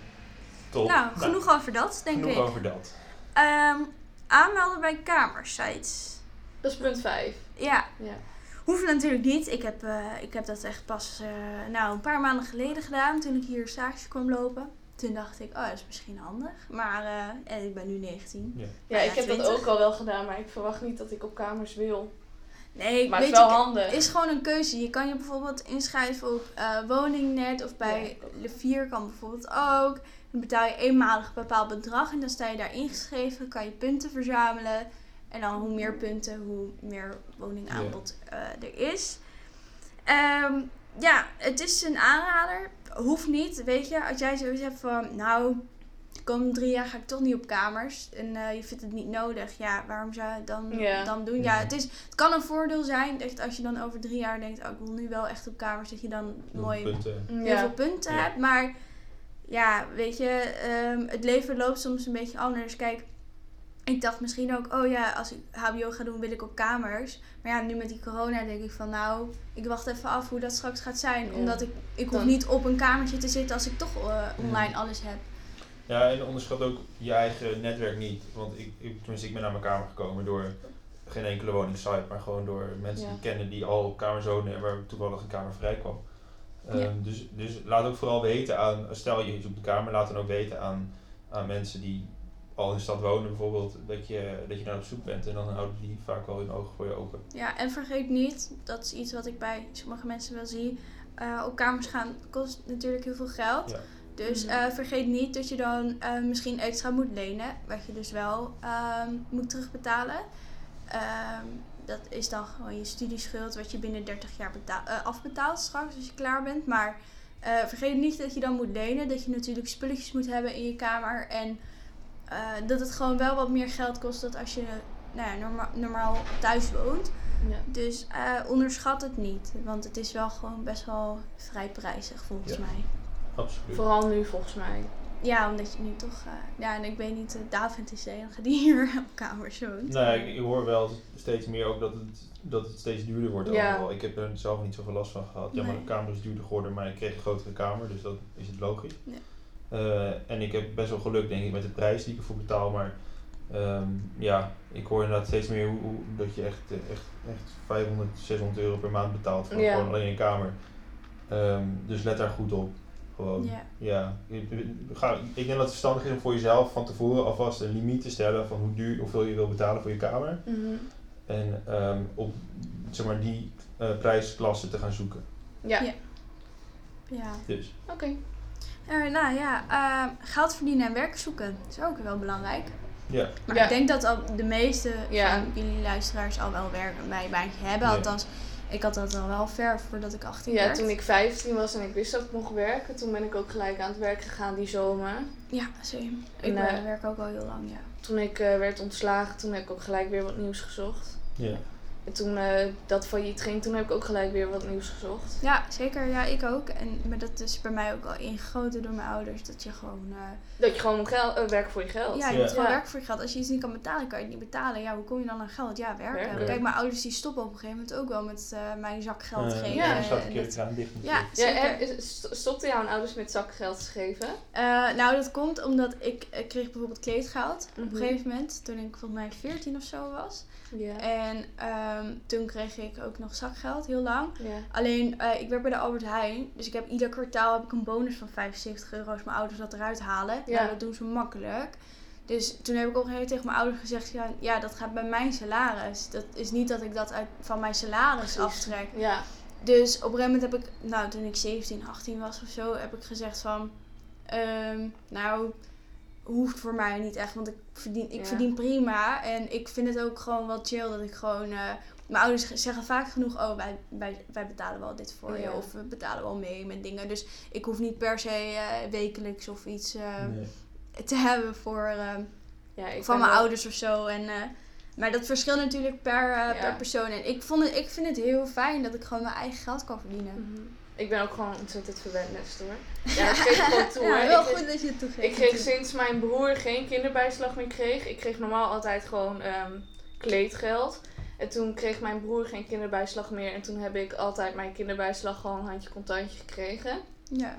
Top. Nou, genoeg over dat, denk genoeg ik. over dat. Um, aanmelden bij kamersites. Dat is punt vijf. Ja, Ja. hoeft natuurlijk niet. Ik heb, uh, ik heb dat echt pas uh, nou, een paar maanden geleden gedaan, toen ik hier stage kwam lopen. Toen dacht ik, oh, dat is misschien handig. Maar uh, en ik ben nu negentien. Ja. Ja, Ah, ik heb dat twintig. ook al wel gedaan, maar ik verwacht niet dat ik op kamers wil. Nee, Maar weet het is wel je, handig. is gewoon een keuze. Je kan je bijvoorbeeld inschrijven op uh, Woningnet of bij Ja. Le vier kan bijvoorbeeld ook. Dan betaal je eenmalig een bepaald bedrag en dan sta je daar ingeschreven. Kan je punten verzamelen. En dan hoe meer punten, hoe meer woningaanbod uh, er is. Um, ja, het is een aanrader. Hoeft niet, weet je. Als jij zoiets hebt van, nou, de komende drie jaar ga ik toch niet op kamers. En uh, je vindt het niet nodig. Ja, waarom zou je het dan, Ja. dan doen? Ja, het, is, het kan een voordeel zijn dat als je dan over drie jaar denkt, oh, ik wil nu wel echt op kamers. Dat je dan mooi Punten. heel Ja. veel punten Ja. hebt. Maar ja, weet je, um, het leven loopt soms een beetje anders. Kijk, ik dacht misschien ook, oh ja, als ik hbo ga doen wil ik op kamers. Maar ja, nu met die corona denk ik van nou, ik wacht even af hoe dat straks gaat zijn. Ja. Omdat ik, ik hoef niet op een kamertje te zitten als ik toch uh, online ja. alles heb. Ja, en onderschat ook je eigen netwerk niet. Want ik, ik, tenminste, ik ben naar mijn kamer gekomen door geen enkele woningsite, maar gewoon door mensen ja. die kennen die al op kamers wonen en waar toevallig een kamer vrij kwam. Um, ja. dus, dus laat ook vooral weten aan, stel je zoekt een kamer, laat dan ook weten aan, aan mensen die al in de stad wonen bijvoorbeeld, dat je, dat je daar op zoek bent en dan houden die vaak wel hun ogen voor je open. Ja, en vergeet niet, dat is iets wat ik bij sommige mensen wel zie, uh, op kamers gaan kost natuurlijk heel veel geld. Ja. Dus uh, vergeet niet dat je dan uh, misschien extra moet lenen, wat je dus wel uh, moet terugbetalen. Uh, dat is dan gewoon je studieschuld wat je binnen dertig jaar betaal, uh, afbetaalt straks als je klaar bent. Maar uh, vergeet niet dat je dan moet lenen, dat je natuurlijk spulletjes moet hebben in je kamer. En uh, dat het gewoon wel wat meer geld kost dan als je nou ja, norma- normaal thuis woont. Ja. Dus uh, onderschat het niet, want het is wel gewoon best wel vrij prijzig volgens ja. mij. Absoluut. Vooral nu volgens mij. Ja, omdat je nu toch... Uh, ja, en ik weet niet, uh, David is de enige die hier op kamers woont. Nee, ik, ik hoor wel steeds meer ook dat het, dat het steeds duurder wordt. Ja. Ik heb er zelf niet zoveel last van gehad. Ja, nee. Mijn kamer is duurder geworden, maar ik kreeg een grotere kamer, dus dat is het logisch. Ja. Uh, en ik heb best wel geluk, denk ik, met de prijs die ik ervoor betaal, maar... Um, ja, ik hoor inderdaad steeds meer hoe, hoe, dat je echt, echt, echt vijfhonderd, zeshonderd euro per maand betaalt voor ja. gewoon alleen een kamer. Um, dus let daar goed op. Gewoon, yeah. ja. Ga, ik denk dat het verstandig is om voor jezelf van tevoren alvast een limiet te stellen van hoe duur, hoeveel je wil betalen voor je kamer. Mm-hmm. En um, op zeg maar, die uh, prijsklasse te gaan zoeken. Ja. Ja. ja. Dus. Oké. Okay. Uh, nou ja, uh, geld verdienen en werk zoeken is ook wel belangrijk. Ja. Maar ja. ik denk dat al de meeste ja. van jullie luisteraars al wel werk bij een baantje hebben. Ja. Althans, ik had dat al wel ver voordat ik achttien ja, werd. Toen ik vijftien was en ik wist dat ik mocht werken, toen ben ik ook gelijk aan het werk gegaan die zomer. Ja, same. Ik en, uh, werk ook al heel lang, ja. Toen ik uh, werd ontslagen, toen heb ik ook gelijk weer wat nieuws gezocht. Ja. En toen uh, dat failliet ging, toen heb ik ook gelijk weer wat nieuws gezocht. Ja, zeker. Ja, ik ook. En, maar dat is bij mij ook al ingegoten door mijn ouders. Dat je gewoon... Uh, dat je gewoon moet gel- uh, werken voor je geld. Ja, je ja. moet gewoon ja. werken voor je geld. Als je iets niet kan betalen, kan je het niet betalen. Ja, hoe kom je dan aan geld? Ja, werken. werken. Kijk, mijn ouders die stoppen op een gegeven moment ook wel met uh, mijn zakgeld te uh, geven. Ja, dat een keer aan dicht. Ja, ja, stopte jouw ouders met zakgeld te geven? Uh, nou, dat komt omdat ik, ik kreeg bijvoorbeeld kleedgeld mm-hmm. op een gegeven moment. Toen ik volgens mij veertien of zo was. Ja. En um, toen kreeg ik ook nog zakgeld, heel lang. Ja. Alleen, uh, ik werk bij de Albert Heijn. Dus ik heb ieder kwartaal heb ik een bonus van vijfenzeventig euro als mijn ouders dat eruit halen. Ja. Nou, dat doen ze makkelijk. Dus toen heb ik ook heel tegen mijn ouders gezegd, ja, ja, dat gaat bij mijn salaris. Dat is niet dat ik dat uit, van mijn salaris Precies. aftrek. Ja. Dus op een gegeven moment heb ik, nou toen ik zeventien, achttien was of zo, heb ik gezegd van, um, nou... hoeft voor mij niet echt, want ik verdien, ik ja. verdien prima. En ik vind het ook gewoon wel chill dat ik gewoon... Uh, mijn ouders zeggen vaak genoeg, oh, wij, wij, wij betalen wel dit voor ja. je. Of we betalen wel mee met dingen. Dus ik hoef niet per se uh, wekelijks of iets uh, nee. te hebben voor uh, ja, ik van mijn wel... ouders of zo. En, uh, maar dat verschilt natuurlijk per, uh, ja. per persoon. En ik, vond het, ik vind het heel fijn dat ik gewoon mijn eigen geld kan verdienen. Mm-hmm. Ik ben ook gewoon ontzettend verwend, hoor. Ja, dat geef ik gewoon toe. Ja, wel goed dat je het toegeeft. Ik kreeg sinds mijn broer geen kinderbijslag meer kreeg. Ik kreeg normaal altijd gewoon um, kleedgeld. En toen kreeg mijn broer geen kinderbijslag meer. En toen heb ik altijd mijn kinderbijslag gewoon handje contantje gekregen. Ja.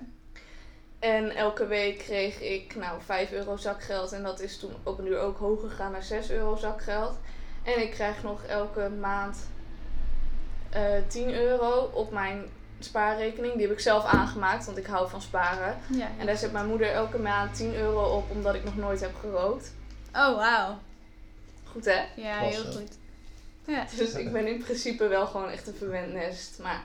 En elke week kreeg ik nou vijf euro zakgeld. En dat is toen op een uur ook hoger gegaan naar zes euro zakgeld. En ik krijg nog elke maand uh, tien euro op mijn spaarrekening. Die heb ik zelf aangemaakt, want ik hou van sparen. Ja, ja. En daar zet mijn moeder elke maand tien euro op, omdat ik nog nooit heb gerookt. Oh, wauw. Goed, hè? Ja, heel goed. Ja. Dus ik ben in principe wel gewoon echt een verwend nest. Maar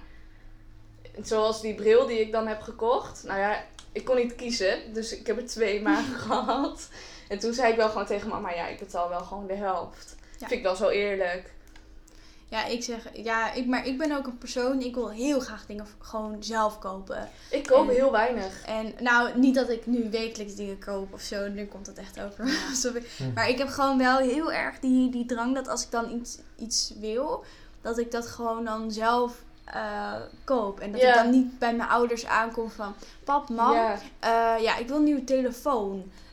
zoals die bril die ik dan heb gekocht. Nou ja, ik kon niet kiezen. Dus ik heb er twee maanden gehad. En toen zei ik wel gewoon tegen mama, ja, ik betaal wel gewoon de helft. Ja. Vind ik wel zo eerlijk. Ja, ik zeg, ja, ik, maar ik ben ook een persoon, ik wil heel graag dingen gewoon zelf kopen. Ik koop en, heel weinig. En nou, niet dat ik nu wekelijks dingen koop of zo, nu komt het echt over. Sorry. Hm. Maar ik heb gewoon wel heel erg die, die drang dat als ik dan iets, iets wil, dat ik dat gewoon dan zelf uh, koop. En dat ja. ik dan niet bij mijn ouders aankom van, pap, mam, ja, uh, ja ik wil een nieuwe telefoon.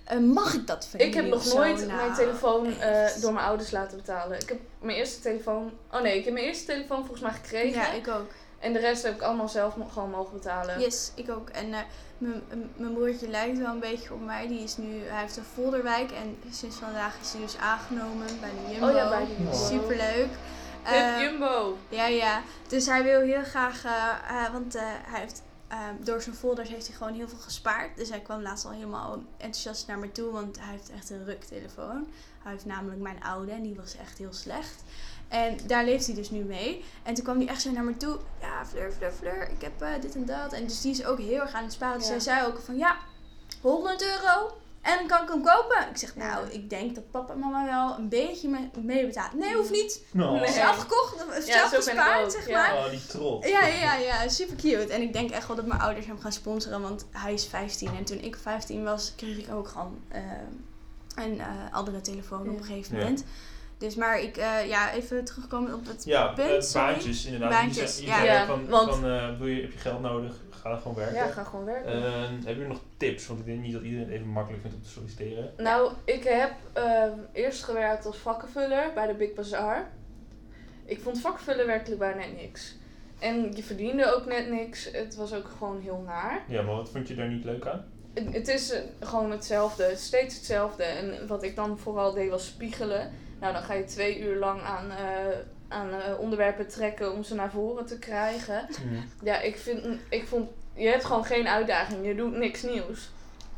Uh, mag ik dat vinden? Ik heb nog zo? nooit Nou, mijn telefoon uh, door mijn ouders laten betalen. Ik heb mijn eerste telefoon... Oh nee, ik heb mijn eerste telefoon volgens mij gekregen. Ja, ik ook. En de rest heb ik allemaal zelf gewoon mogen betalen. Yes, ik ook. En uh, mijn broertje lijkt wel een beetje op mij. Die is nu, hij heeft een folderwijk en sinds vandaag is hij dus aangenomen bij de Jumbo. Oh ja, bij de Jumbo. Superleuk. Uh, Jumbo. Ja, ja. Dus hij wil heel graag, uh, uh, want uh, hij heeft uh, door zijn folders heeft hij gewoon heel veel gespaard. Dus hij kwam laatst al helemaal enthousiast naar me toe, want hij heeft echt een ruktelefoon. Hij heeft namelijk mijn oude en die was echt heel slecht. En daar leeft hij dus nu mee. En toen kwam hij echt zo naar me toe. Ja, Fleur, Fleur, Fleur, ik heb uh, dit en dat. En dus die is ook heel erg aan het sparen. Dus ja. hij zei ook van, ja, honderd euro en dan kan ik hem kopen. Ik zeg, nou, ik denk dat papa en mama wel een beetje mee, mee betaalt. Nee, hoeft niet. No. Nee. Zelf gekocht, zelf ja, gespaard, zeg ja. maar. Oh, die trots. Ja, ja, ja, super cute. En ik denk echt wel dat mijn ouders hem gaan sponsoren, want hij is vijftien. En toen ik vijftien was, kreeg ik ook gewoon uh, een uh, andere telefoon ja. op een gegeven moment. Ja. Dus maar ik, uh, ja, even terugkomen op het ja, punt. Ja, uh, baantjes inderdaad. Baantjes, je ja. je ja van, want, van uh, wil je, heb je geld nodig, ga gewoon werken. Ja, ga gewoon werken. Uh, heb je nog tips? Want ik denk niet dat iedereen het even makkelijk vindt om te solliciteren. Nou, ik heb uh, eerst gewerkt als vakkenvuller bij de Big Bazaar. Ik vond vakkenvullen werkelijk bijna niks. En je verdiende ook net niks. Het was ook gewoon heel naar. Ja, maar wat vond je daar niet leuk aan? Het, het is uh, gewoon hetzelfde. Het is steeds hetzelfde. En wat ik dan vooral deed was spiegelen. Nou, dan ga je twee uur lang aan, uh, aan uh, onderwerpen trekken om ze naar voren te krijgen. Mm. Ja, ik, vind, ik vond, je hebt gewoon geen uitdaging. Je doet niks nieuws.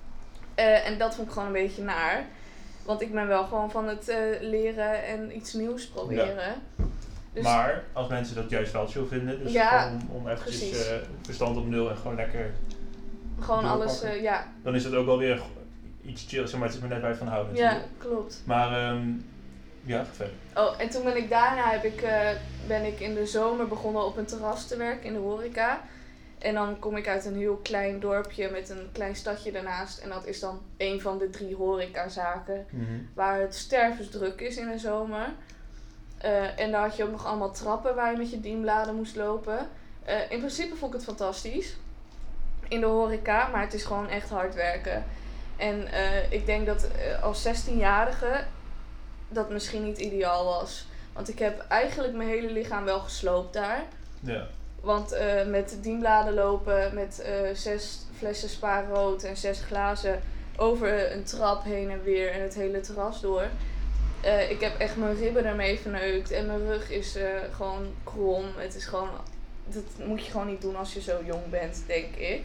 Uh, en dat vond ik gewoon een beetje naar. Want ik ben wel gewoon van het uh, leren en iets nieuws proberen. Ja. Dus maar als mensen dat juist wel chill vinden, dus ja, om, om eventjes uh, verstand op nul en gewoon lekker gewoon alles, uh, ja. Dan is het ook wel weer iets chill, zeg maar, het is maar net waar je van houden. Ja, klopt. Maar, um, ja, ga verder. Oh, en toen ben ik daarna heb ik, uh, ben ik in de zomer begonnen op een terras te werken in de horeca. En dan kom ik uit een heel klein dorpje met een klein stadje daarnaast. En dat is dan een van de drie horecazaken Mm-hmm. waar het stervensdruk is in de zomer. Uh, en daar had je ook nog allemaal trappen waar je met je dienbladen moest lopen. Uh, in principe vond ik het fantastisch in de horeca, maar het is gewoon echt hard werken. En uh, ik denk dat uh, als zestienjarige dat misschien niet ideaal was. Want ik heb eigenlijk mijn hele lichaam wel gesloopt daar. Ja. Want uh, met dienbladen lopen, met uh, zes flessen Spa rood en zes glazen over een trap heen en weer en het hele terras door. Uh, ik heb echt mijn ribben ermee verneukt en mijn rug is uh, gewoon krom. Het is gewoon, dat moet je gewoon niet doen als je zo jong bent, denk ik.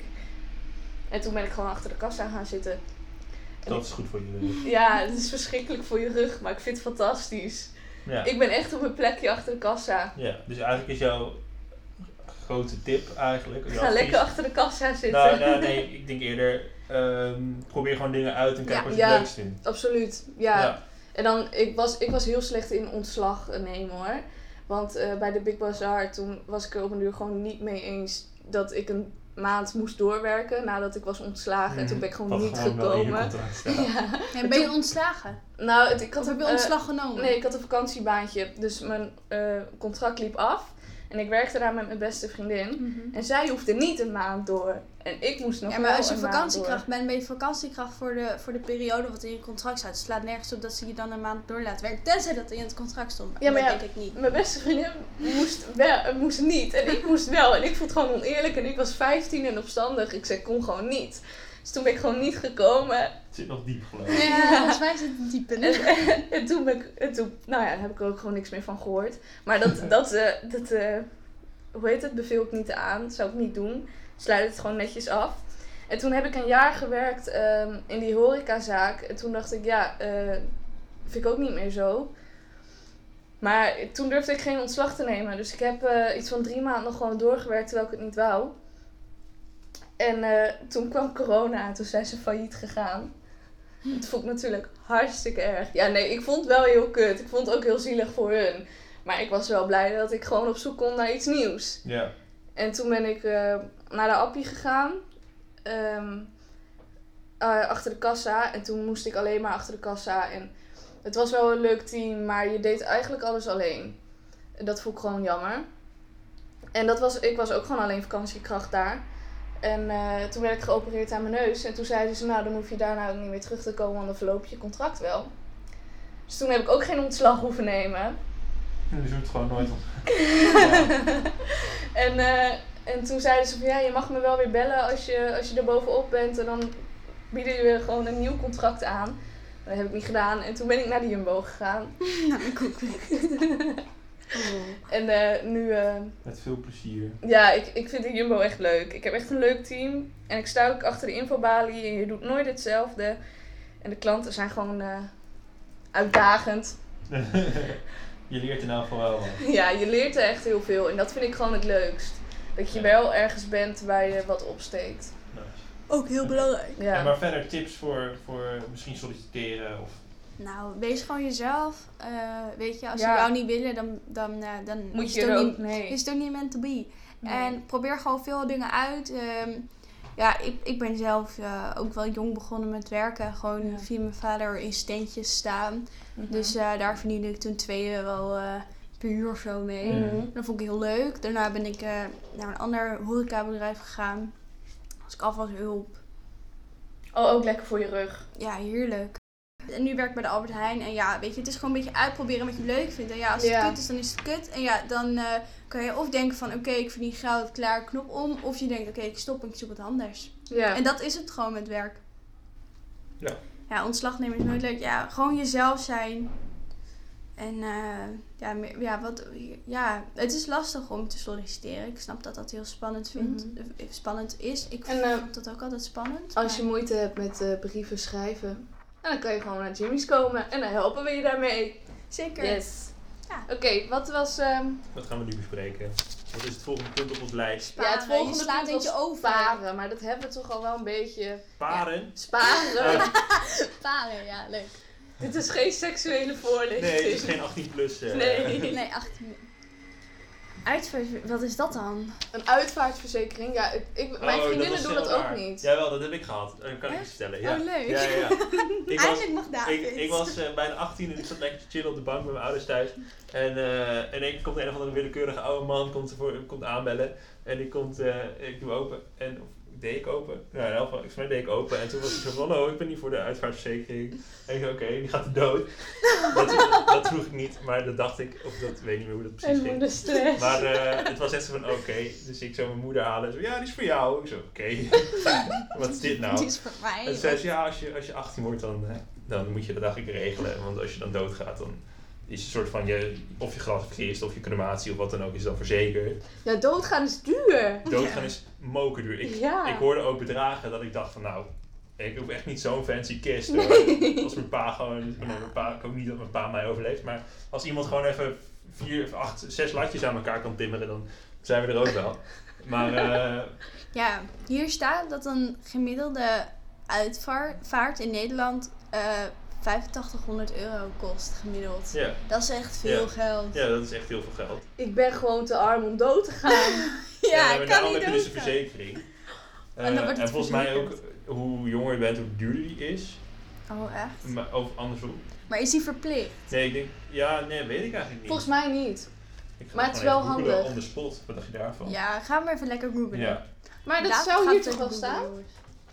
En toen ben ik gewoon achter de kassa gaan zitten. Dat is goed voor je rug. Ja, het is verschrikkelijk voor je rug, maar ik vind het fantastisch. Ja. Ik ben echt op mijn plekje achter de kassa. Ja, dus eigenlijk is jouw grote tip eigenlijk. Ga lekker achter de kassa zitten. Nou, nou nee, ik denk eerder um, probeer gewoon dingen uit en kijk ja, wat je ja, het leukst vindt. Absoluut, ja. ja. En dan, ik was, ik was heel slecht in ontslag nemen hoor. Want uh, bij de Big Bazaar, toen was ik er op een uur gewoon niet mee eens dat ik een maand moest doorwerken nadat ik was ontslagen. Mm, en toen ben ik gewoon niet gewoon gekomen. Ja. En ben je ontslagen? Nou, het, ik had of heb je uh, ontslag genomen? Nee, ik had een vakantiebaantje. Dus mijn uh, contract liep af. En ik werkte daar met mijn beste vriendin. Mm-hmm. En zij hoefde niet een maand door. En ik moest nog ja, wel maar als je een vakantiekracht bent, ben je vakantiekracht voor de, voor de periode wat in je contract staat. Het slaat nergens op dat ze je dan een maand door laten werken. Tenzij dat in het contract stond. Maar ja, maar dat ja, denk ik niet. Mijn beste vriendin moest, wel, moest niet. En ik moest wel. En ik vond het gewoon oneerlijk. En ik was vijftien en opstandig. Ik zei, kom gewoon niet. Dus toen ben ik gewoon niet gekomen. Het zit nog diep geloof ik. Ja, volgens mij zit het diep in. En, en, en toen ben ik, en toen, nou ja, heb ik er ook gewoon niks meer van gehoord. Maar dat, dat, uh, dat uh, hoe heet het, beveel ik niet aan. Dat zou ik niet doen. Sluit het gewoon netjes af. En toen heb ik een jaar gewerkt um, in die horecazaak. En toen dacht ik, ja, uh, vind ik ook niet meer zo. Maar toen durfde ik geen ontslag te nemen. Dus ik heb uh, iets van drie maanden nog gewoon doorgewerkt terwijl ik het niet wou. En uh, toen kwam corona en toen zijn ze failliet gegaan. Dat vond ik natuurlijk hartstikke erg. Ja, nee, ik vond het wel heel kut. Ik vond het ook heel zielig voor hun. Maar ik was wel blij dat ik gewoon op zoek kon naar iets nieuws. Ja. En toen ben ik uh, naar de Appie gegaan. Um, uh, achter de kassa. En toen moest ik alleen maar achter de kassa. En het was wel een leuk team, maar je deed eigenlijk alles alleen. En dat vond ik gewoon jammer. En dat was, ik was ook gewoon alleen vakantiekracht daar. En uh, toen werd ik geopereerd aan mijn neus. En toen zeiden ze, nou dan hoef je daarna ook niet meer terug te komen, want dan verloop je contract wel. Dus toen heb ik ook geen ontslag hoeven nemen. Dus je moet gewoon nooit op. en, uh, en toen zeiden ze van ja, je mag me wel weer bellen als je, als je er bovenop bent. En dan bieden je weer gewoon een nieuw contract aan. Dat heb ik niet gedaan. En toen ben ik naar de Jumbo gegaan. Nou, ik ook niet. Oh. En uh, nu... Uh, Met veel plezier. Ja, ik, ik vind de Jumbo echt leuk. Ik heb echt een leuk team. En ik sta ook achter de infobalie. En je doet nooit hetzelfde. En de klanten zijn gewoon uh, uitdagend. Je leert er nou vooral van. Ja, je leert er echt heel veel. En dat vind ik gewoon het leukst. Dat je ja. wel ergens bent waar je wat opsteekt. Nice. Ook heel belangrijk. Ja. En maar verder tips voor, voor misschien solliciteren of... Nou, wees gewoon jezelf. Uh, weet je, als ja. ze jou niet willen, dan, dan, uh, dan moet is, je het er ook, niet, nee. is het ook niet meant to be. Nee. En probeer gewoon veel dingen uit. Um, ja, ik, ik ben zelf uh, ook wel jong begonnen met werken. Gewoon ja. via mijn vader in steentjes staan. Mm-hmm. Dus uh, daar verdiende ik toen twee wel uh, per uur of zo mee. Mm-hmm. Dat vond ik heel leuk. Daarna ben ik uh, naar een ander horecabedrijf gegaan. Als ik afwashulp. Oh, ook lekker voor je rug. Ja, heerlijk. En nu werk ik bij de Albert Heijn. En ja, weet je, het is gewoon een beetje uitproberen wat je leuk vindt. En ja, als het ja. kut is, dan is het kut. En ja, dan uh, kan je of denken van, oké, okay, ik verdien geld, klaar, knop om. Of je denkt, oké, okay, ik stop en ik zoek wat anders. Ja. En dat is het gewoon met werk. Ja. Ja, ontslag nemen is nooit leuk. Ja, gewoon jezelf zijn. En uh, ja, meer, ja, wat, ja, het is lastig om te solliciteren. Ik snap dat dat heel spannend vindt. Mm-hmm. Spannend is. Ik en, uh, vond dat ook altijd spannend. Als maar... je moeite hebt met uh, brieven schrijven, dan kan je gewoon naar Jimmy's komen en dan helpen we je daarmee. Zeker. Yes. Ja. Oké, okay, wat was... Um... Wat gaan we nu bespreken? Wat is het volgende punt op ons lijst? Sparen. Ja, het volgende je slaat punt was over. Sparen, maar dat hebben we toch al wel een beetje... Paren? Ja, sparen. Uh. Paren, ja, leuk. Dit is geen seksuele voorlichting. Nee, het is geen achttien plus. Uh, nee. nee, achttien. Uitvaart, wat is dat dan? Een uitvaartverzekering? Ja, ik, ik, mijn oh, vriendinnen dat doen dat waar. ook niet. Jawel, dat heb ik gehad. Dat kan ik je vertellen. Ja. Oh, leuk. Ja, ja, ja. Ik Eigenlijk mag David. Ik, ik was uh, bijna achttien en ik zat lekker te chillen op de bank met mijn ouders thuis. En uh, in één keer komt een of andere willekeurige oude man komt, voor, komt aanbellen. En die komt, uh, ik doe open. En, of deed ik open? Nou, in elk geval, ik deed ik open. En toen was ik zo van, oh, ik ben niet voor de uitvaartverzekering. En ik dacht, oké, okay, die gaat er dood. dat, dat vroeg ik niet, maar dat dacht ik, of dat weet niet meer hoe dat precies ging. De stress. Maar uh, het was echt zo van, oké. Okay. Dus ik zo mijn moeder halen en zo, ja, die is voor jou. Ik zo, oké. Okay. Wat is dit nou? Die is voor mij. En toen zei ze, ja, als je, als je achttien wordt, dan, dan moet je dat eigenlijk regelen. Want als je dan doodgaat, dan is een soort van, je, of je geadviseerd of je crematie of wat dan ook is dan verzekerd. Ja, doodgaan is duur. Doodgaan ja. is mokerduur. Ik, ja. ik hoorde ook bedragen dat ik dacht van, nou, ik hoef echt niet zo'n fancy kist. Nee. Als mijn pa gewoon, nee, mijn pa, ik hoop niet dat mijn pa mij overleeft, maar als iemand gewoon even vier, acht, zes latjes aan elkaar kan timmeren, dan zijn we er ook wel. Maar uh, ja, hier staat dat een gemiddelde uitvaart in Nederland uh, vijfentachtighonderd euro kost gemiddeld. Ja. Dat is echt veel ja. geld. Ja, dat is echt heel veel geld. Ik ben gewoon te arm om dood te gaan. ja, ja, ik maar kan daarom niet heb je dus een doodgaan. verzekering. Uh, en dan wordt het en volgens mij ook, verzekerd. hoe jonger je bent, hoe duurder die is. Oh, echt? Maar, of andersom. Maar is die verplicht? Nee, ik denk, ja, nee, weet ik eigenlijk niet. Volgens mij niet. Ik ga maar het is gewoon wel even googlen handig. On the spot, wat dacht je daarvan? Ja, gaan we even lekker googlen. Ja. Maar dat Laat, zou hier gaat toch wel googlen, staan? jongens.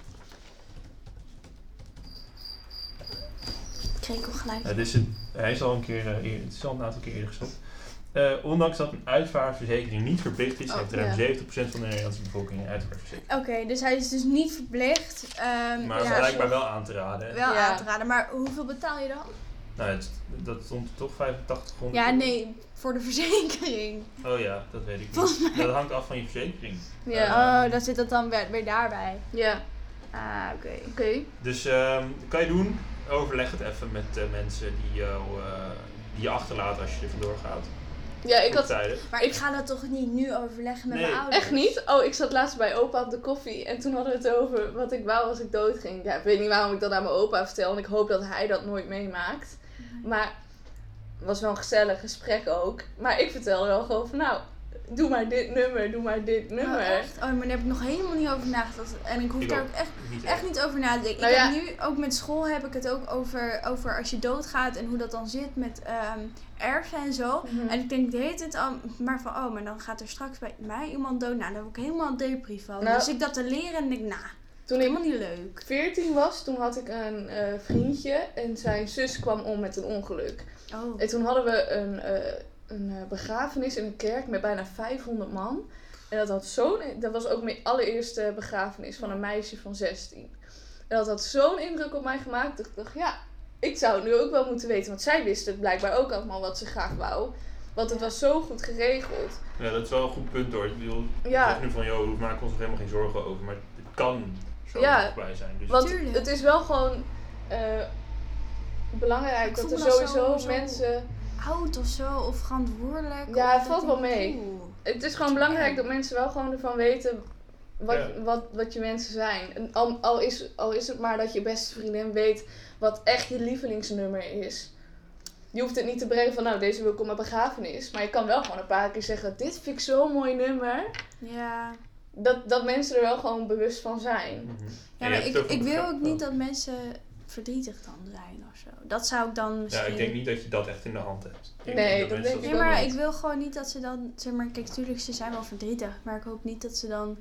Ik kreeg al gelijk. Het is een, hij is al een keer, uh, eer, het is al een aantal keer eerder gestopt. Uh, ondanks dat een uitvaartverzekering niet verplicht is, Oh, heeft ruim ja. zeventig procent van de Nederlandse bevolking een uitvaartverzekering. Oké, okay, dus hij is dus niet verplicht. Um, Maar ja, blijkbaar wel aan te raden. Hè? Wel Ja. aan te raden, maar hoeveel betaal je dan? Nou, het, dat stond toch vijfentachtighonderd. Ja, nee, voor de verzekering. Oh ja, dat weet ik Volgens niet. mij- Dat hangt af van je verzekering. Ja. Oh, dan zit dat dan weer, weer daarbij. Ja. Ah, oké. Okay. Oké. Okay. Dus um, kan je doen, overleg het even met uh, mensen die, jou, uh, die je achterlaten als je er vandoor gaat. Ja, ik had... Tijdig. Maar ik ga dat toch niet nu overleggen met Nee. mijn ouders? Echt niet? Oh, ik zat laatst bij opa op de koffie en toen hadden we het over wat ik wou als ik dood ging. Ja, ik weet niet waarom ik dat aan mijn opa vertel en ik hoop dat hij dat nooit meemaakt. Maar het was wel een gezellig gesprek ook. Maar ik vertelde wel gewoon van nou, doe maar dit nummer, doe maar dit nummer. Oh, echt? Oh, maar daar heb ik nog helemaal niet over nagedacht. En ik hoef Ik daar ook. ook echt, Niet echt niet over na te denken. Nou ik ja. heb nu ook met school heb ik het ook over, over als je doodgaat en hoe dat dan zit met um, erfsen en zo. Mhm. En ik denk de hele tijd al maar van, oh, maar dan gaat er straks bij mij iemand dood. Nou, daar word ik helemaal depri van. Nou, dus ik dat te leren en denk, nou, Toen ik helemaal niet leuk. veertien was, toen had ik een uh, vriendje en zijn zus kwam om met een ongeluk. Oh. En toen hadden we een, uh, een uh, begrafenis in een kerk met bijna vijfhonderd man. En dat had zo'n, dat was ook mijn allereerste begrafenis van een meisje van zestien. En dat had zo'n indruk op mij gemaakt dat ik dacht, ja, ik zou het nu ook wel moeten weten. Want zij wist het blijkbaar ook allemaal wat ze graag wou. Want het Ja. was zo goed geregeld. Ja, dat is wel een goed punt hoor. Ik bedoel, Ja. ik zeg nu van, joh, we maken ons er helemaal geen zorgen over. Maar het kan zo Ja. dichtbij zijn. Dus Want Tuurlijk. het is wel gewoon uh, belangrijk Ik dat voel er me dan sowieso zo- zo- mensen... Oud of zo, of verantwoordelijk. Ja, of het valt dat wel ik- mee. Oeh. Het is gewoon belangrijk dat mensen wel gewoon ervan weten wat, Ja. wat, wat je mensen zijn. En al, al, is, al is het maar dat je beste vriendin weet wat echt je lievelingsnummer is. Je hoeft het niet te brengen van, nou, deze wil ik op mijn begrafenis. Maar je kan wel gewoon een paar keer zeggen, dit vind ik zo'n mooi nummer. Ja. Dat, dat mensen er wel gewoon bewust van zijn. Mhm. Ja, En je maar hebt ik, het over ik wil begra- ook niet dat mensen verdrietig dan zijn of zo. Dat zou ik dan Ja, misschien... ik denk niet dat je dat echt in de hand hebt. Ik Nee, denk dat mensen denk ik Nee, ook maar niet. ik wil gewoon niet dat ze dan... Zeg maar, kijk, tuurlijk, ze zijn wel verdrietig. Maar ik hoop niet dat ze dan...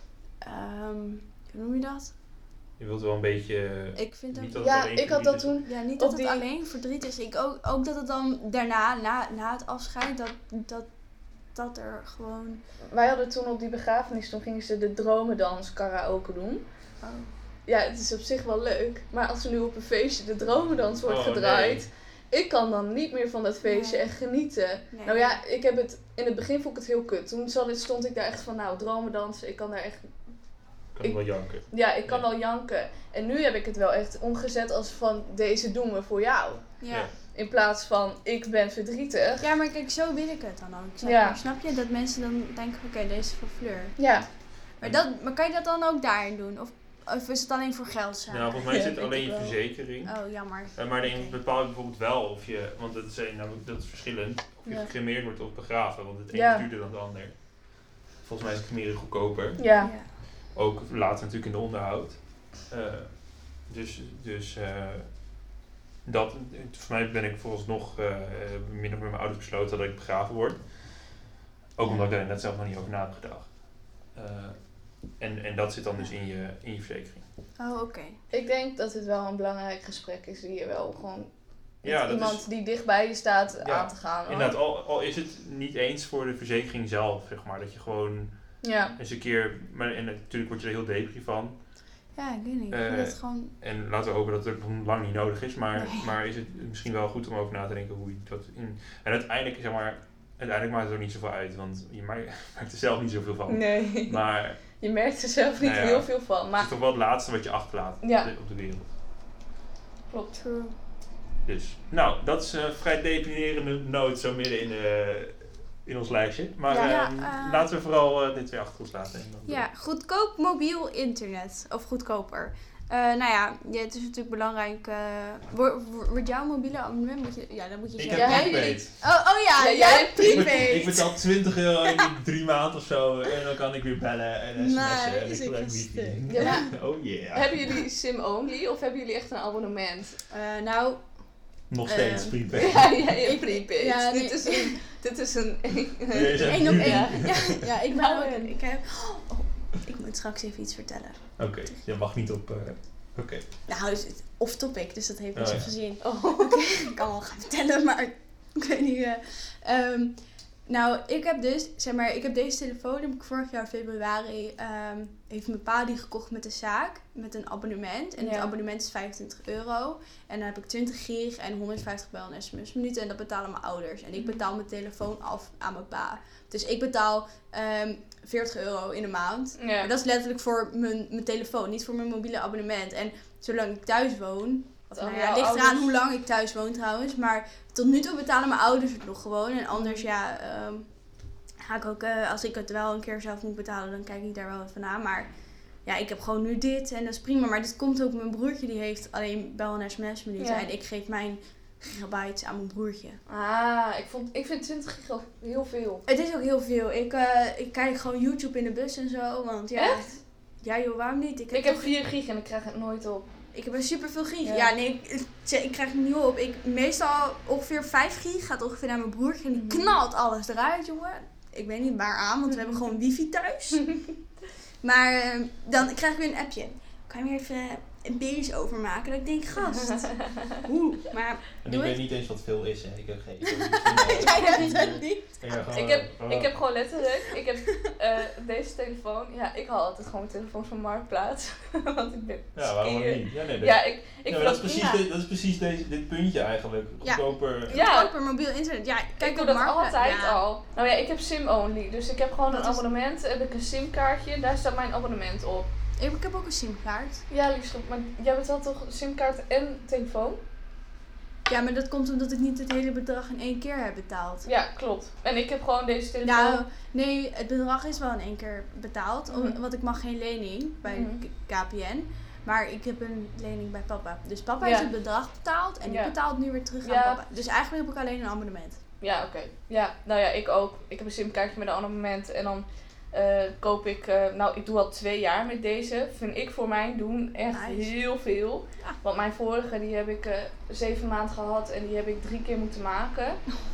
ehm, hoe noem je dat? Je wilt wel een beetje... Ik vind Niet ook... dat- Ja, alleen ik had dat verdriet toen... Ja, niet Op dat het die- alleen verdriet is. Ik ook, ook dat het dan daarna, na, na het afscheid, dat, dat, dat er gewoon... Wij hadden toen op die begrafenis, toen gingen ze de dromendans karaoke doen. Oh, Ja, het is op zich wel leuk. Maar als er nu op een feestje de dromendans wordt Oh, gedraaid... Ik kan dan niet meer van dat feestje Nee. echt genieten. nee. Nou ja, ik heb het... In het begin vond ik het heel kut. Toen zat- stond ik daar echt van, nou, dromendansen. Ik kan daar echt... kan ik- wel janken. Ja, ik kan Ja. wel janken. En nu heb ik het wel echt omgezet als van, deze doen we voor jou. Ja. Ja. In plaats van, ik ben verdrietig. Ja, maar kijk, zo wil ik het dan ook. Zeg Ja. maar. Snap je? Dat mensen dan denken, oké, deze is voor Fleur. Ja. Maar, dat, maar kan je dat dan ook daarin doen? Of, of is het alleen voor geld samen? Nou, volgens mij Ja, zit denk alleen ik je wel. verzekering. Oh, jammer. Uh, maar dan Oké. bepaal je bijvoorbeeld wel of je, want dat is, een- namelijk dat is verschillend, of je Ja. gecremeerd wordt of begraven. Want het een Ja. is duurder dan het ander. Volgens mij is cremeren goedkoper. Ja. Ook later natuurlijk in de onderhoud. Uh, dus dus uh, dat, voor mij ben ik vooralsnog uh, min of meer met mijn ouders besloten dat ik begraven word. Ook omdat ik daar net zelf nog niet over na heb gedacht. Uh, en, en dat zit dan dus in je, in je verzekering. Oh, oké. Ik denk dat het wel een belangrijk gesprek is die je wel gewoon... Met Ja, dat iemand is- die dichtbij je staat Ja, aan te gaan. hoor. Inderdaad, al, al is het niet eens voor de verzekering zelf, zeg maar. Dat je gewoon Ja. eens een keer... Maar, en natuurlijk word je er heel depri van. Ja, ik weet niet. Ik Eh, vind het gewoon... En laten we hopen dat het nog lang niet nodig is. Maar, Nee. maar is het misschien wel goed om over na te denken hoe je dat in... En uiteindelijk, zeg maar... Uiteindelijk maakt het ook niet zoveel uit. Want je maakt, maakt er zelf niet zoveel van. Nee. Maar Je merkt er zelf niet Nou ja, heel veel van. het Maar is toch wel het laatste wat je achterlaat Ja. op, de, op de wereld. klopt. True. Dus, nou, dat is een vrij deprimerende noot zo midden in, de, in ons lijstje. Maar Ja, ja, ehm, eh, laten we vooral uh, dit weer achter ons laten. En dan Ja, goedkoop mobiel internet. Of goedkoper. Uh, nou ja, ja, het is natuurlijk belangrijk. Uh, wordt wordt jouw mobiele abonnement? Moet je, ja, dan moet je Ik zeggen. heb Ja, prepaid. Oh, oh ja, Ja, jij jij hebt hebt Ik, bet- prepaid. ik betaal twintig euro in die drie maanden of zo en dan kan ik weer bellen en sms'en Nee, en is ik ik gebruik een wifi. Ja, maar Oh yeah. hebben jullie sim-only of hebben jullie echt een abonnement? Uh, nou, Nog steeds Eh, prepaid. Ja, ja, je Ik- prepaid. ja, nee. dit, is een, dit is een... Nee, is echt één op nu- één. Ja. Ja, ja, ik ben Nou, ook... en- Ik, heb, oh, ik moet straks even iets vertellen. Oké, je mag niet op... uh, Oké. Nou, is het off topic, dus dat heeft niet Oh, zoveel ja. zin. Oh. Oké, ik kan wel gaan vertellen, maar ik weet niet. eh. Ehm, nou, ik heb dus, zeg maar, ik heb deze telefoon, heb ik vorig jaar februari, ehm, heeft mijn pa die gekocht met de zaak, met een abonnement. En het Ja. abonnement is vijfentwintig euro. En dan heb ik twintig gig en honderdvijftig bel- en sms minuten. En dat betalen mijn ouders. En ik betaal mijn telefoon af aan mijn pa. Dus ik betaal ehm, veertig euro in de maand. Ja. Maar dat is letterlijk voor mijn, mijn telefoon, niet voor mijn mobiele abonnement. En zolang ik thuis woon, Wat nou al ja, jouw het ligt eraan ouders- hoe lang ik thuis woon trouwens. Maar tot nu toe betalen mijn ouders het nog gewoon. En anders ja, ehm, ga ik ook, eh, als ik het wel een keer zelf moet betalen, dan kijk ik daar wel even naar. Maar ja, ik heb gewoon nu dit en dat is prima. Maar dit komt ook, mijn broertje die heeft alleen bel- en sms minuten. Ja. En ik geef mijn gigabytes aan mijn broertje. Ah, ik, vond, ik vind twintig gig ook heel veel. Het is ook heel veel. Ik, uh, ik kijk gewoon YouTube in de bus en zo. Want ja, Echt? Ja joh, waarom niet? Ik heb, ik heb vier gig en ik krijg het nooit op. Ik heb er super veel gig. Ja, ja nee, ik, ik krijg het niet op. Ik, meestal ongeveer vijf gig gaat ongeveer naar mijn broertje. En die knalt alles eruit, jongen. Ik weet niet waaraan, want we hebben gewoon wifi thuis. Maar uh, dan krijg ik weer een appje. Kan je weer even een beers overmaken? Dat ik denk, gast. Oeh, maar en ik weet niet eens wat veel is, hè. Ik heb geen... Jij hebt het niet. Ja, gewoon, ik, heb, oh. ik heb gewoon letterlijk, ik heb uh, deze telefoon, ja, ik haal altijd gewoon mijn telefoon van Marktplaats. Want ik ben Ja, waarom ook niet? Ja, nee, dat, ja, ik, ik ja, dat, is precies de, dat is precies deze, dit puntje eigenlijk. Goedkoper. Ja, goedkoper mobiel internet. Ja, kijk, ik doe dat Marktplaats. altijd ja. al. Nou ja, ik heb sim-only, dus ik heb gewoon dat een is... abonnement, heb ik een simkaartje, daar staat mijn abonnement op. Ik heb ook een simkaart. Ja, liefschap, maar jij betaalt toch simkaart en telefoon? Ja, maar dat komt omdat ik niet het hele bedrag in één keer heb betaald. Ja, klopt. En ik heb gewoon deze telefoon. Nou, nee, het bedrag is wel in één keer betaald. Mm-hmm. Want ik mag geen lening bij mm-hmm. K P N. Maar ik heb een lening bij papa. Dus papa ja. heeft het bedrag betaald en ja. ik betaal het nu weer terug aan ja. papa. Dus eigenlijk heb ik alleen een abonnement. Ja, oké. Okay. Ja, nou ja, ik ook. Ik heb een simkaartje met een abonnement en dan uh, koop ik, uh, nou ik doe al twee jaar met deze. Vind ik voor mijn doen echt nice. Heel veel. Ja. Want mijn vorige die heb ik uh, zeven maanden gehad en die heb ik drie keer moeten maken.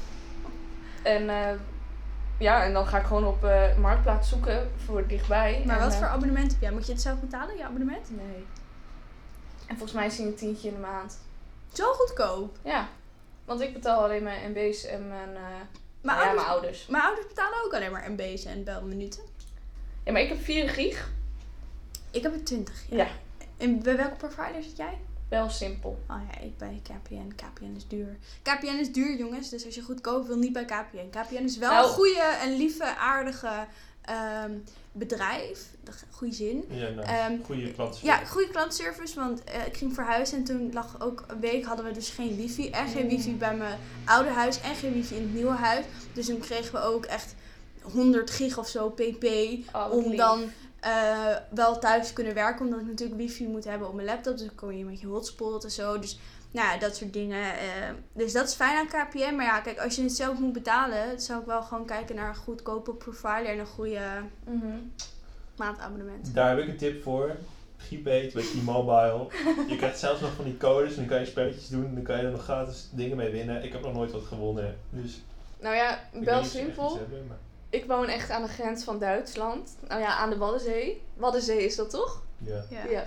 en uh, ja, en dan ga ik gewoon op uh, Marktplaats zoeken voor dichtbij. Maar en, wat uh, voor abonnement heb jij? Moet je het zelf betalen, je abonnement? Nee. En volgens mij is die een tientje in de maand. Zo goedkoop? Ja. Want ik betaal alleen mijn M B's en mijn, uh, mijn, ja, ouders, mijn ouders. Mijn ouders betalen ook alleen maar M B's en belminuten. Ja, maar ik heb vier gig. Ik heb er twintig. Ja. ja. En bij welke provider zit jij? Wel simpel. Oh ja, ik bij K P N. K P N is duur. K P N is duur, jongens. Dus als je goedkoop wil, niet bij K P N. K P N is wel nou, een goede en lieve, aardige um, bedrijf. Goede zin. Ja, nou, um, goede klantenservice. Ja, goede klantenservice. Want uh, ik ging verhuizen en toen lag ook een week hadden we dus geen wifi. En geen wifi bij mijn oude huis en geen wifi in het nieuwe huis. Dus toen kregen we ook echt honderd gig of zo pp. Oh, om lief. dan uh, wel thuis te kunnen werken. Omdat ik natuurlijk wifi moet hebben op mijn laptop. Dus dan kon je met je hotspot en zo. Dus nou ja, dat soort dingen. Uh, dus dat is fijn aan K P N. Maar ja, kijk, als je het zelf moet betalen, zou ik wel gewoon kijken naar een goedkope provider en een goede mm-hmm. maandabonnement. Daar heb ik een tip voor. Prepaid bij T-Mobile. Je krijgt zelfs nog van die codes en dan kan je spelletjes doen en dan kan je er nog gratis dingen mee winnen. Ik heb nog nooit wat gewonnen, dus... Nou ja, wel simpel. Hebben, maar... Ik woon echt aan de grens van Duitsland. Nou ja, aan de Waddenzee. Waddenzee is dat toch? Ja. Ja. ja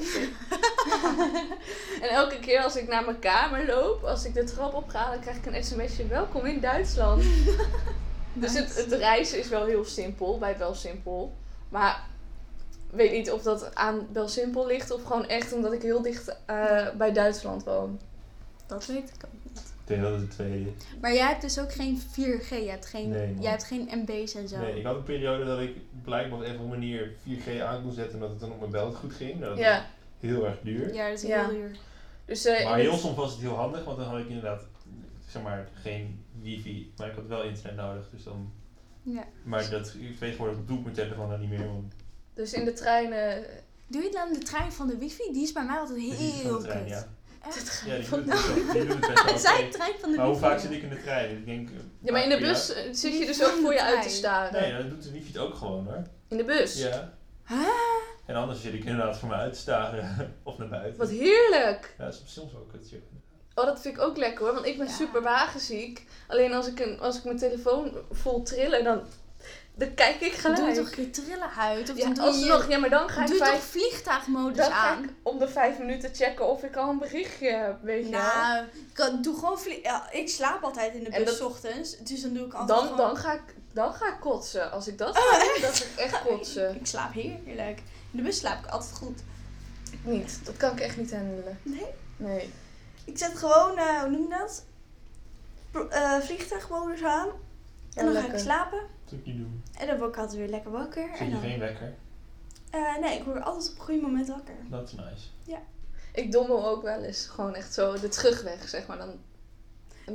en elke keer als ik naar mijn kamer loop, als ik de trap op ga, dan krijg ik een sms'je. Welkom in Duitsland. Dus het, het reizen is wel heel simpel, bij Bel Simpel. Maar ik weet niet of dat aan Bel Simpel ligt of gewoon echt omdat ik heel dicht uh, bij Duitsland woon. Dat weet ik ook niet. Ik denk dat het de tweede is. Maar jij hebt dus ook geen vier G, je hebt geen, nee, jij hebt geen M B's en zo. Nee, ik had een periode dat ik blijkbaar op een of andere manier vier G aan kon zetten en dat het dan op mijn bel goed ging. Nou, dat ja. is heel erg duur. Ja, dat is ja. heel duur. Dus, uh, maar heel soms was het heel handig, want dan had ik inderdaad zeg maar geen wifi, maar ik had wel internet nodig, dus dan... Ja. Maar dat, tegenwoordig doe ik mijn telefoon dan niet meer. Want... Dus in de treinen... Doe je dan de trein van de wifi? Die is bij mij altijd heel kut. Ja. Echt? Ja, die doet het, die doet het best wel. Zij de trein van de maar wifi. hoe vaak zit ik in de trein? Ik denk, ja, maar in de bus ja. zit je dus ook voor je uit te staren. Nee, dan doet de wifi het ook gewoon hoor. In de bus? Ja. Huh? En anders zit ik inderdaad voor me uit te staren of naar buiten. Wat heerlijk! Ja, dat is soms wel kutje. Oh, dat vind ik ook lekker hoor, want ik ben ja. super wagenziek. Alleen als ik, een, als ik mijn telefoon voel trillen, dan, dan kijk ik gelijk. Doe je toch je trillen uit? Of ja, dan doe je nog, ja, maar dan ga ik doe vijf, toch vliegtuigmodus dan aan? Dan ga ik om de vijf minuten checken of ik al een berichtje heb, weet je nou, wel. Doe gewoon vlie- ja, ik slaap altijd in de bus dat, 's ochtends, dus dan doe ik altijd dan, gewoon... Dan ga, ik, dan ga ik kotsen. Als ik dat ga doen, dan ga ik echt kotsen. Ik slaap heerlijk. In de bus slaap ik altijd goed. Ik niet. Dat kan ik echt niet handelen. Nee? Nee. Ik zet gewoon, uh, hoe noem je dat? Uh, vliegtuigmodus aan. Ja, en dan lekker. Ga ik slapen. Dat moet je doen. En dan word ik altijd weer lekker wakker. Zet je dan... geen wekker? Uh, nee, ik word altijd op een goed moment wakker. Dat is nice. Ja. Ik dommel ook wel eens. Gewoon echt zo de terugweg, zeg maar. Dan, en dan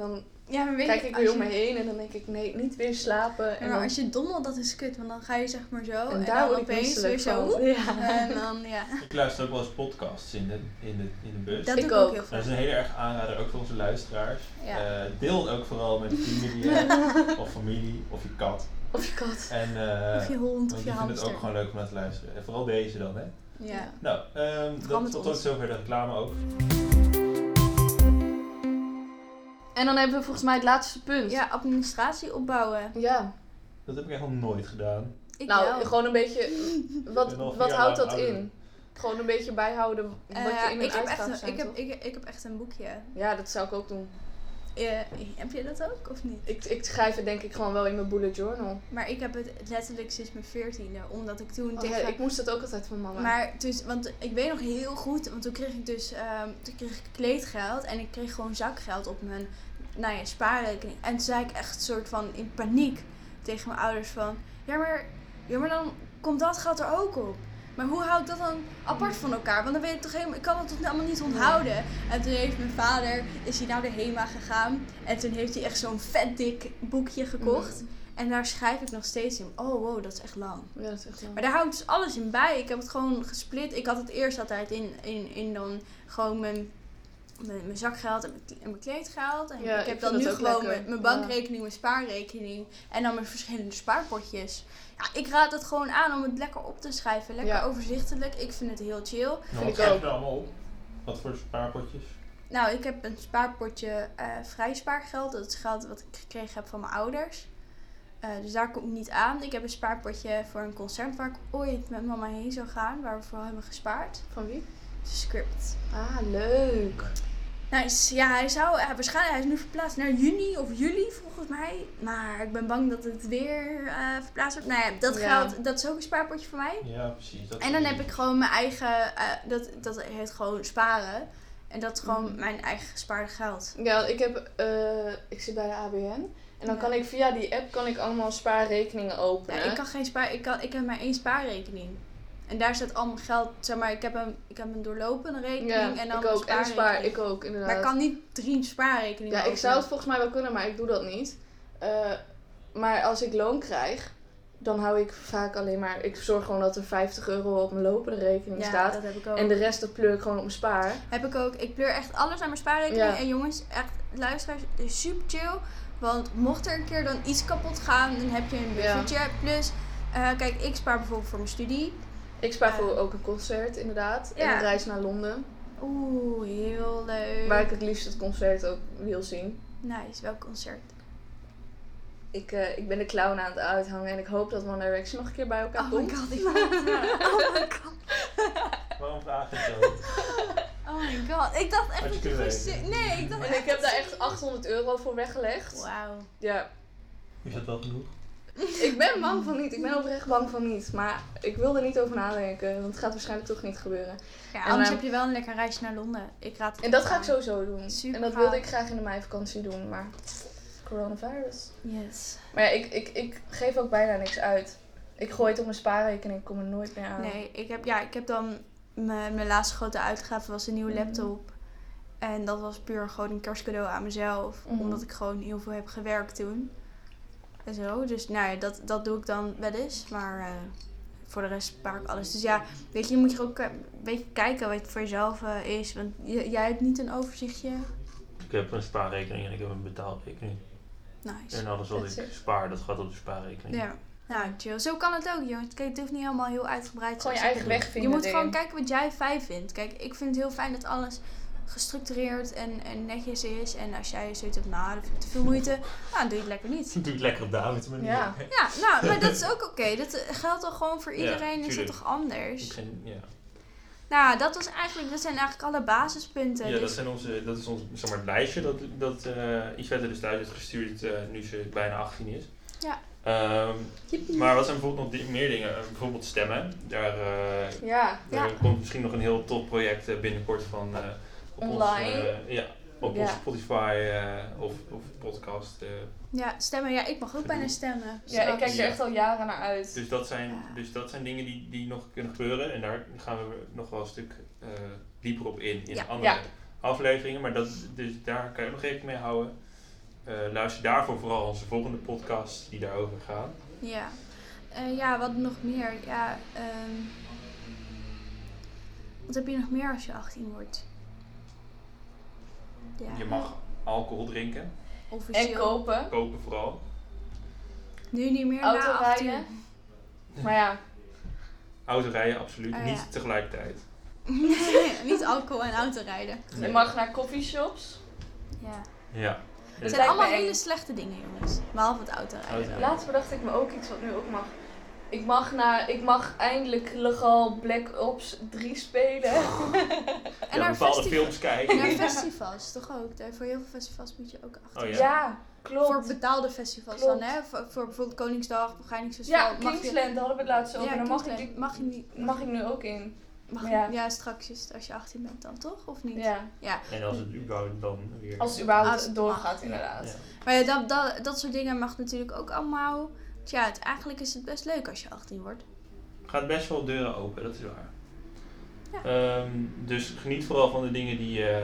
Ja, maar weet kijk je, ik als weer om je- me heen en dan denk ik, nee, niet weer slapen. Ja, En maar dan, als je dommelt, dat is kut, want dan ga je zeg maar zo. en En, daar dan word ik opeens misselijk weer zo. van. oep, Ja. En dan, ja. Ik luister ook wel eens podcasts in de, in de, in de bus. Dat Ik doe ik ook ook. heel Dat vaak. is een hele erg aanrader, ook voor onze luisteraars. Ja. Uh, deel het ook vooral met vrienden die je hebt, of familie, of je kat. Of je kat. En, uh, Of je hond want of je die vinden het hamster. ook gewoon leuk om naar te luisteren. En vooral deze dan, hè. Ja. Nou, um, Vooral dat met tot ons. zover de reclame ook. En dan hebben we volgens mij het laatste punt. Ja, administratie opbouwen. Ja. Dat heb ik echt nog nooit gedaan. Ik Nou, wel. gewoon een beetje, wat, Ik ben al wat vier houdt jaar dat ouder. in? Gewoon een beetje bijhouden wat Eh, je in een ik, heb uitgave echt zijn, een, ik, heb, toch? ik, ik heb echt een boekje. Ja, dat zou ik ook doen. Eh, heb je dat ook of niet? Ik, ik schrijf het denk ik gewoon wel in mijn bullet journal. Maar ik heb het letterlijk sinds mijn veertiende. Omdat ik toen Oh, tegen... ja, ik moest dat ook altijd van mama. Maar dus, want ik weet nog heel goed, want toen kreeg ik dus ehm, toen kreeg ik kleedgeld en ik kreeg gewoon zakgeld op mijn nou ja, spaarrekening. En toen zei ik echt soort van in paniek tegen mijn ouders van, ja maar, ja maar dan komt dat geld er ook op. Maar hoe hou ik dat dan apart van elkaar? Want dan weet ik toch helemaal, ik kan het toch allemaal niet onthouden. En toen heeft mijn vader, is hij naar de HEMA gegaan en toen heeft hij echt zo'n vet dik boekje gekocht. Mm. En daar schrijf ik nog steeds in. Oh wow, dat is echt lang. Ja, dat is echt lang. Maar daar hou ik dus alles in bij. Ik heb het gewoon gesplit. Ik had het eerst altijd in, in, in dan gewoon mijn, mijn, mijn zakgeld en mijn, en mijn kleedgeld. En Ja, ik heb ik dan vind nu dat ook gewoon lekker. mijn, mijn bankrekening, mijn spaarrekening en dan mijn verschillende spaarpotjes. Ja, ik raad het gewoon aan om het lekker op te schrijven. Lekker Ja. overzichtelijk. Ik vind het heel chill. Nou, ik wat schrijf ook. je er allemaal op? Wat voor spaarpotjes? Nou, ik heb een spaarpotje eh vrij spaargeld. Dat is geld wat ik gekregen heb van mijn ouders. Uh, dus daar komt niet aan. Ik heb een spaarpotje voor een concert waar ik ooit met mama heen zou gaan. Waar we voor hebben gespaard. Van wie? Script. Ah, leuk. Nice. Ja, hij zou uh, waarschijnlijk, hij is nu verplaatst naar juni of juli volgens mij. Maar ik ben bang dat het weer uh, verplaatst wordt. Nou ja, dat Ja. geld, dat is ook een spaarpotje voor mij. Ja, precies. Dat En dan heb ik gewoon mijn eigen, uh, dat, dat heet gewoon sparen. En dat is gewoon Mhm. mijn eigen gespaarde geld. Ja, ik heb, uh, ik zit bij de A B N. En dan Ja. kan ik via die app kan ik allemaal spaarrekeningen openen. Ja, ik kan geen spaar, ik, kan, ik heb maar één spaarrekening. En daar staat al mijn geld, zeg maar, ik heb een, ik heb een doorlopende rekening Ja, en dan ik een ook. En een spaar, spaarrekening. ik ook, inderdaad. Maar ik kan niet drie spaarrekeningen Ja, ik zou het openen. volgens mij wel kunnen, maar ik doe dat niet. Uh, maar als ik loon krijg, dan hou ik vaak alleen maar... Ik zorg gewoon dat er vijftig euro op mijn lopende rekening Ja, staat. dat heb ik ook. En de rest dat pleur ik gewoon op mijn spaar. Heb ik ook. Ik pleur echt alles aan mijn spaarrekening. Ja. En jongens, echt, luisteraars, het is super chill. Want mocht er een keer dan iets kapot gaan, dan heb je een buffertje. Plus, uh, kijk, ik spaar bijvoorbeeld voor mijn studie. Ik spaar Uh, voor ook een concert, inderdaad. En ja. een reis naar Londen. Oeh, heel leuk. Waar ik het liefst het concert ook wil zien. Nice, welk concert? Ik, uh, ik ben de clown aan het uithangen en ik hoop dat One Direction nog een keer bij elkaar Oh komt. my god, ik vond het. Oh my god. Waarom vraag je het zo? Oh my god. Ik dacht echt Had je dat je kunnen gewoon... weten. Nee, ik dacht En ik heb daar echt achthonderd euro voor weggelegd. Wauw. Ja, Is dat wel genoeg? ik ben bang van niet. Ik ben oprecht bang van niet. Maar ik wil er niet over nadenken, want het gaat waarschijnlijk toch niet gebeuren. Ja, En, anders uh, heb je wel een lekker reisje naar Londen. Ik raad het En dat echt ga ik aan. sowieso doen. Super en dat gaaf. wilde ik graag in de meivakantie doen, maar coronavirus. Yes. Maar ja, ik, ik, ik geef ook bijna niks uit. Ik gooi het op mijn spaarrekening, ik kom er nooit meer aan. Nee, ik heb, ja, ik heb dan... Mijn, mijn laatste grote uitgave was een nieuwe Mhm. laptop. En dat was puur gewoon een kerstcadeau aan mezelf. Mhm. Omdat ik gewoon heel veel heb gewerkt toen. En zo. Dus nou ja, dat, dat doe ik dan wel eens. Maar uh, voor de rest spaar ik alles. Dus ja, weet je, je moet je ook een beetje kijken wat het voor jezelf uh, is. Want j- jij hebt niet een overzichtje. Ik heb een spaarrekening en ik heb een betaalrekening. Nice. En alles wat That's ik it. spaar, dat gaat op de spaarrekening. Ja. Nou, chill. Zo kan het ook, jongens. Kijk, het hoeft niet helemaal heel uitgebreid te Gewoon je zijn. eigen weg vinden Je moet erin. gewoon kijken wat jij fijn vindt. Kijk, ik vind het heel fijn dat alles gestructureerd en, en netjes is. En als jij zoiets hebt, nou, dat vind ik te veel moeite. Nou, dan doe je het lekker niet. Doe het lekker op David's manier. Ja. Ja, nou, maar dat is ook oké. Dat geldt toch gewoon voor Ja, iedereen? Is dat tuurlijk. toch anders? Ik vind- ja. Nou, dat was eigenlijk, dat zijn eigenlijk alle basispunten. Ja, dat, dus, zijn onze, dat is ons zeg maar, het lijstje dat, dat uh, Yvette dus thuis heeft gestuurd uh, nu ze bijna achttien is. Ja. Um, maar wat zijn bijvoorbeeld nog di- meer dingen? Uh, bijvoorbeeld stemmen. Daar uh, Ja. Ja. er komt misschien nog een heel top project uh, binnenkort van uh, op Online? Ons, uh, ja, op Ja. onze Spotify uh, of, of podcast. Uh. ja, stemmen. Ja, ik mag ook bijna stemmen. Ja, ik kijk er Ja. echt al jaren naar uit. Dus dat zijn, Ja. dus dat zijn dingen die, die nog kunnen gebeuren. En daar gaan we nog wel een stuk uh, dieper op in in Ja. andere Ja. afleveringen. Maar dat, dus daar kan je ook nog rekening mee houden. Uh, luister daarvoor vooral onze volgende podcast die daarover gaan. Ja, uh, ja wat nog meer? Ja, um, wat heb je nog meer als je achttien wordt? Ja. Je mag alcohol drinken. Officieel. En kopen. Kopen vooral. Nu niet meer na achttien. Maar ja. Autorijden absoluut, uh, niet ja. tegelijkertijd. Niet alcohol en autorijden. Nee. Je mag naar coffeeshops. Ja. Ja. Het zijn allemaal hele slechte dingen, jongens. Behalve het autorijden. Laatst bedacht ik me ook iets wat nu ook mag. Ik mag, naar, ik mag eindelijk legaal Black Ops drie spelen. en ja, naar bepaalde films kijken. Naar festivals, toch ook? Voor heel veel festivals moet je ook achter. Oh, ja. ja, klopt. Voor betaalde festivals klopt. dan, hè? Voor, voor bijvoorbeeld Koningsdag, Bevrijdingsfestival. Ja, Kingsland, daar hadden we het laatst over. Ja, dan mag ik, mag, je niet, mag ik nu ook in. Mag ja. Je, ja, straks als je achttien bent dan, toch? Of niet? Ja. ja. En als het überhaupt dan weer... Als het überhaupt als het doorgaat, mag. Inderdaad. Ja. Maar ja, dat, dat, dat soort dingen mag natuurlijk ook allemaal... Tja, het, eigenlijk is het best leuk als je achttien wordt. Gaat best wel deuren open, dat is waar. Ja. Um, dus geniet vooral van de dingen die, uh,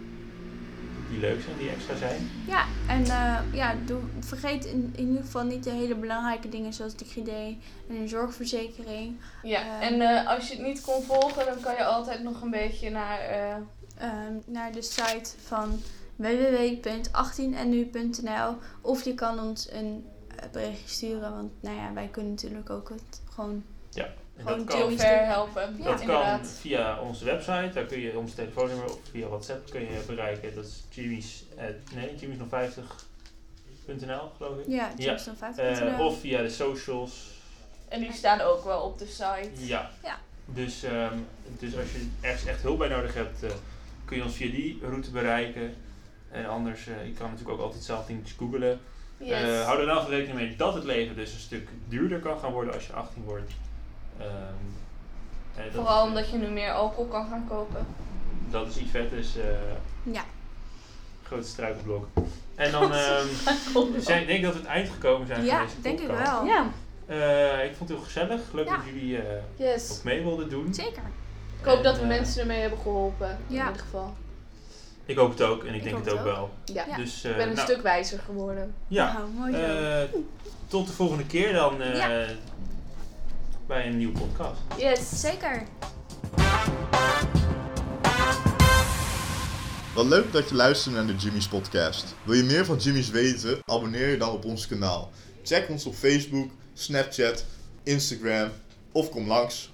die leuk zijn, die extra zijn. Ja, en uh, ja, doe, vergeet in, in ieder geval niet de hele belangrijke dingen zoals de DigiD en een zorgverzekering. Ja, uh, en uh, als je het niet kon volgen, dan kan je altijd nog een beetje naar, uh, uh, naar de site van w w w punt achttien n u punt n l of je kan ons een berichtje sturen, want nou ja, wij kunnen natuurlijk ook het gewoon... Ja, en dat kan ver helpen. Dat ja, kan inderdaad. via onze website, daar kun je ons telefoonnummer of via WhatsApp kun je bereiken. Dat is Jimmy's, uh, nee, Jimmy's nog vijftig punt n l geloof ik. Ja, Jimmy's nog vijftig punt n l. Uh, of via de socials. En die staan ook wel op de site. Ja. ja. Dus, um, dus als je ergens echt hulp bij nodig hebt, uh, kun je ons via die route bereiken. En anders, uh, je kan natuurlijk ook altijd zelf dingetjes googlen. Yes. Uh, hou er dan rekening mee dat het leven dus een stuk duurder kan gaan worden als je achttien wordt. Um, en dat Vooral is, omdat je nu meer alcohol kan gaan kopen. Dat is iets vet, dus uh, ja. grote struikelblok. En dan um, zijn, ik denk dat we het eind gekomen zijn ja, van deze denk podcast. ik wel. Ja. Uh, ik vond het heel gezellig. Leuk ja. dat jullie uh, yes. ook mee wilden doen. Zeker. Ik hoop en, dat we uh, mensen ermee hebben geholpen. Ja. In ieder geval. Ik hoop het ook en ik, ik denk het ook, ook wel. Ja. ja. Dus, uh, ik ben een nou, stuk wijzer geworden. Ja. Nou, mooi uh, tot de volgende keer dan uh, ja. bij een nieuwe podcast. Yes, zeker. Wat leuk dat je luistert naar de Jimmy's podcast. Wil je meer van Jimmy's weten? Abonneer je dan op ons kanaal. Check ons op Facebook, Snapchat, Instagram of kom langs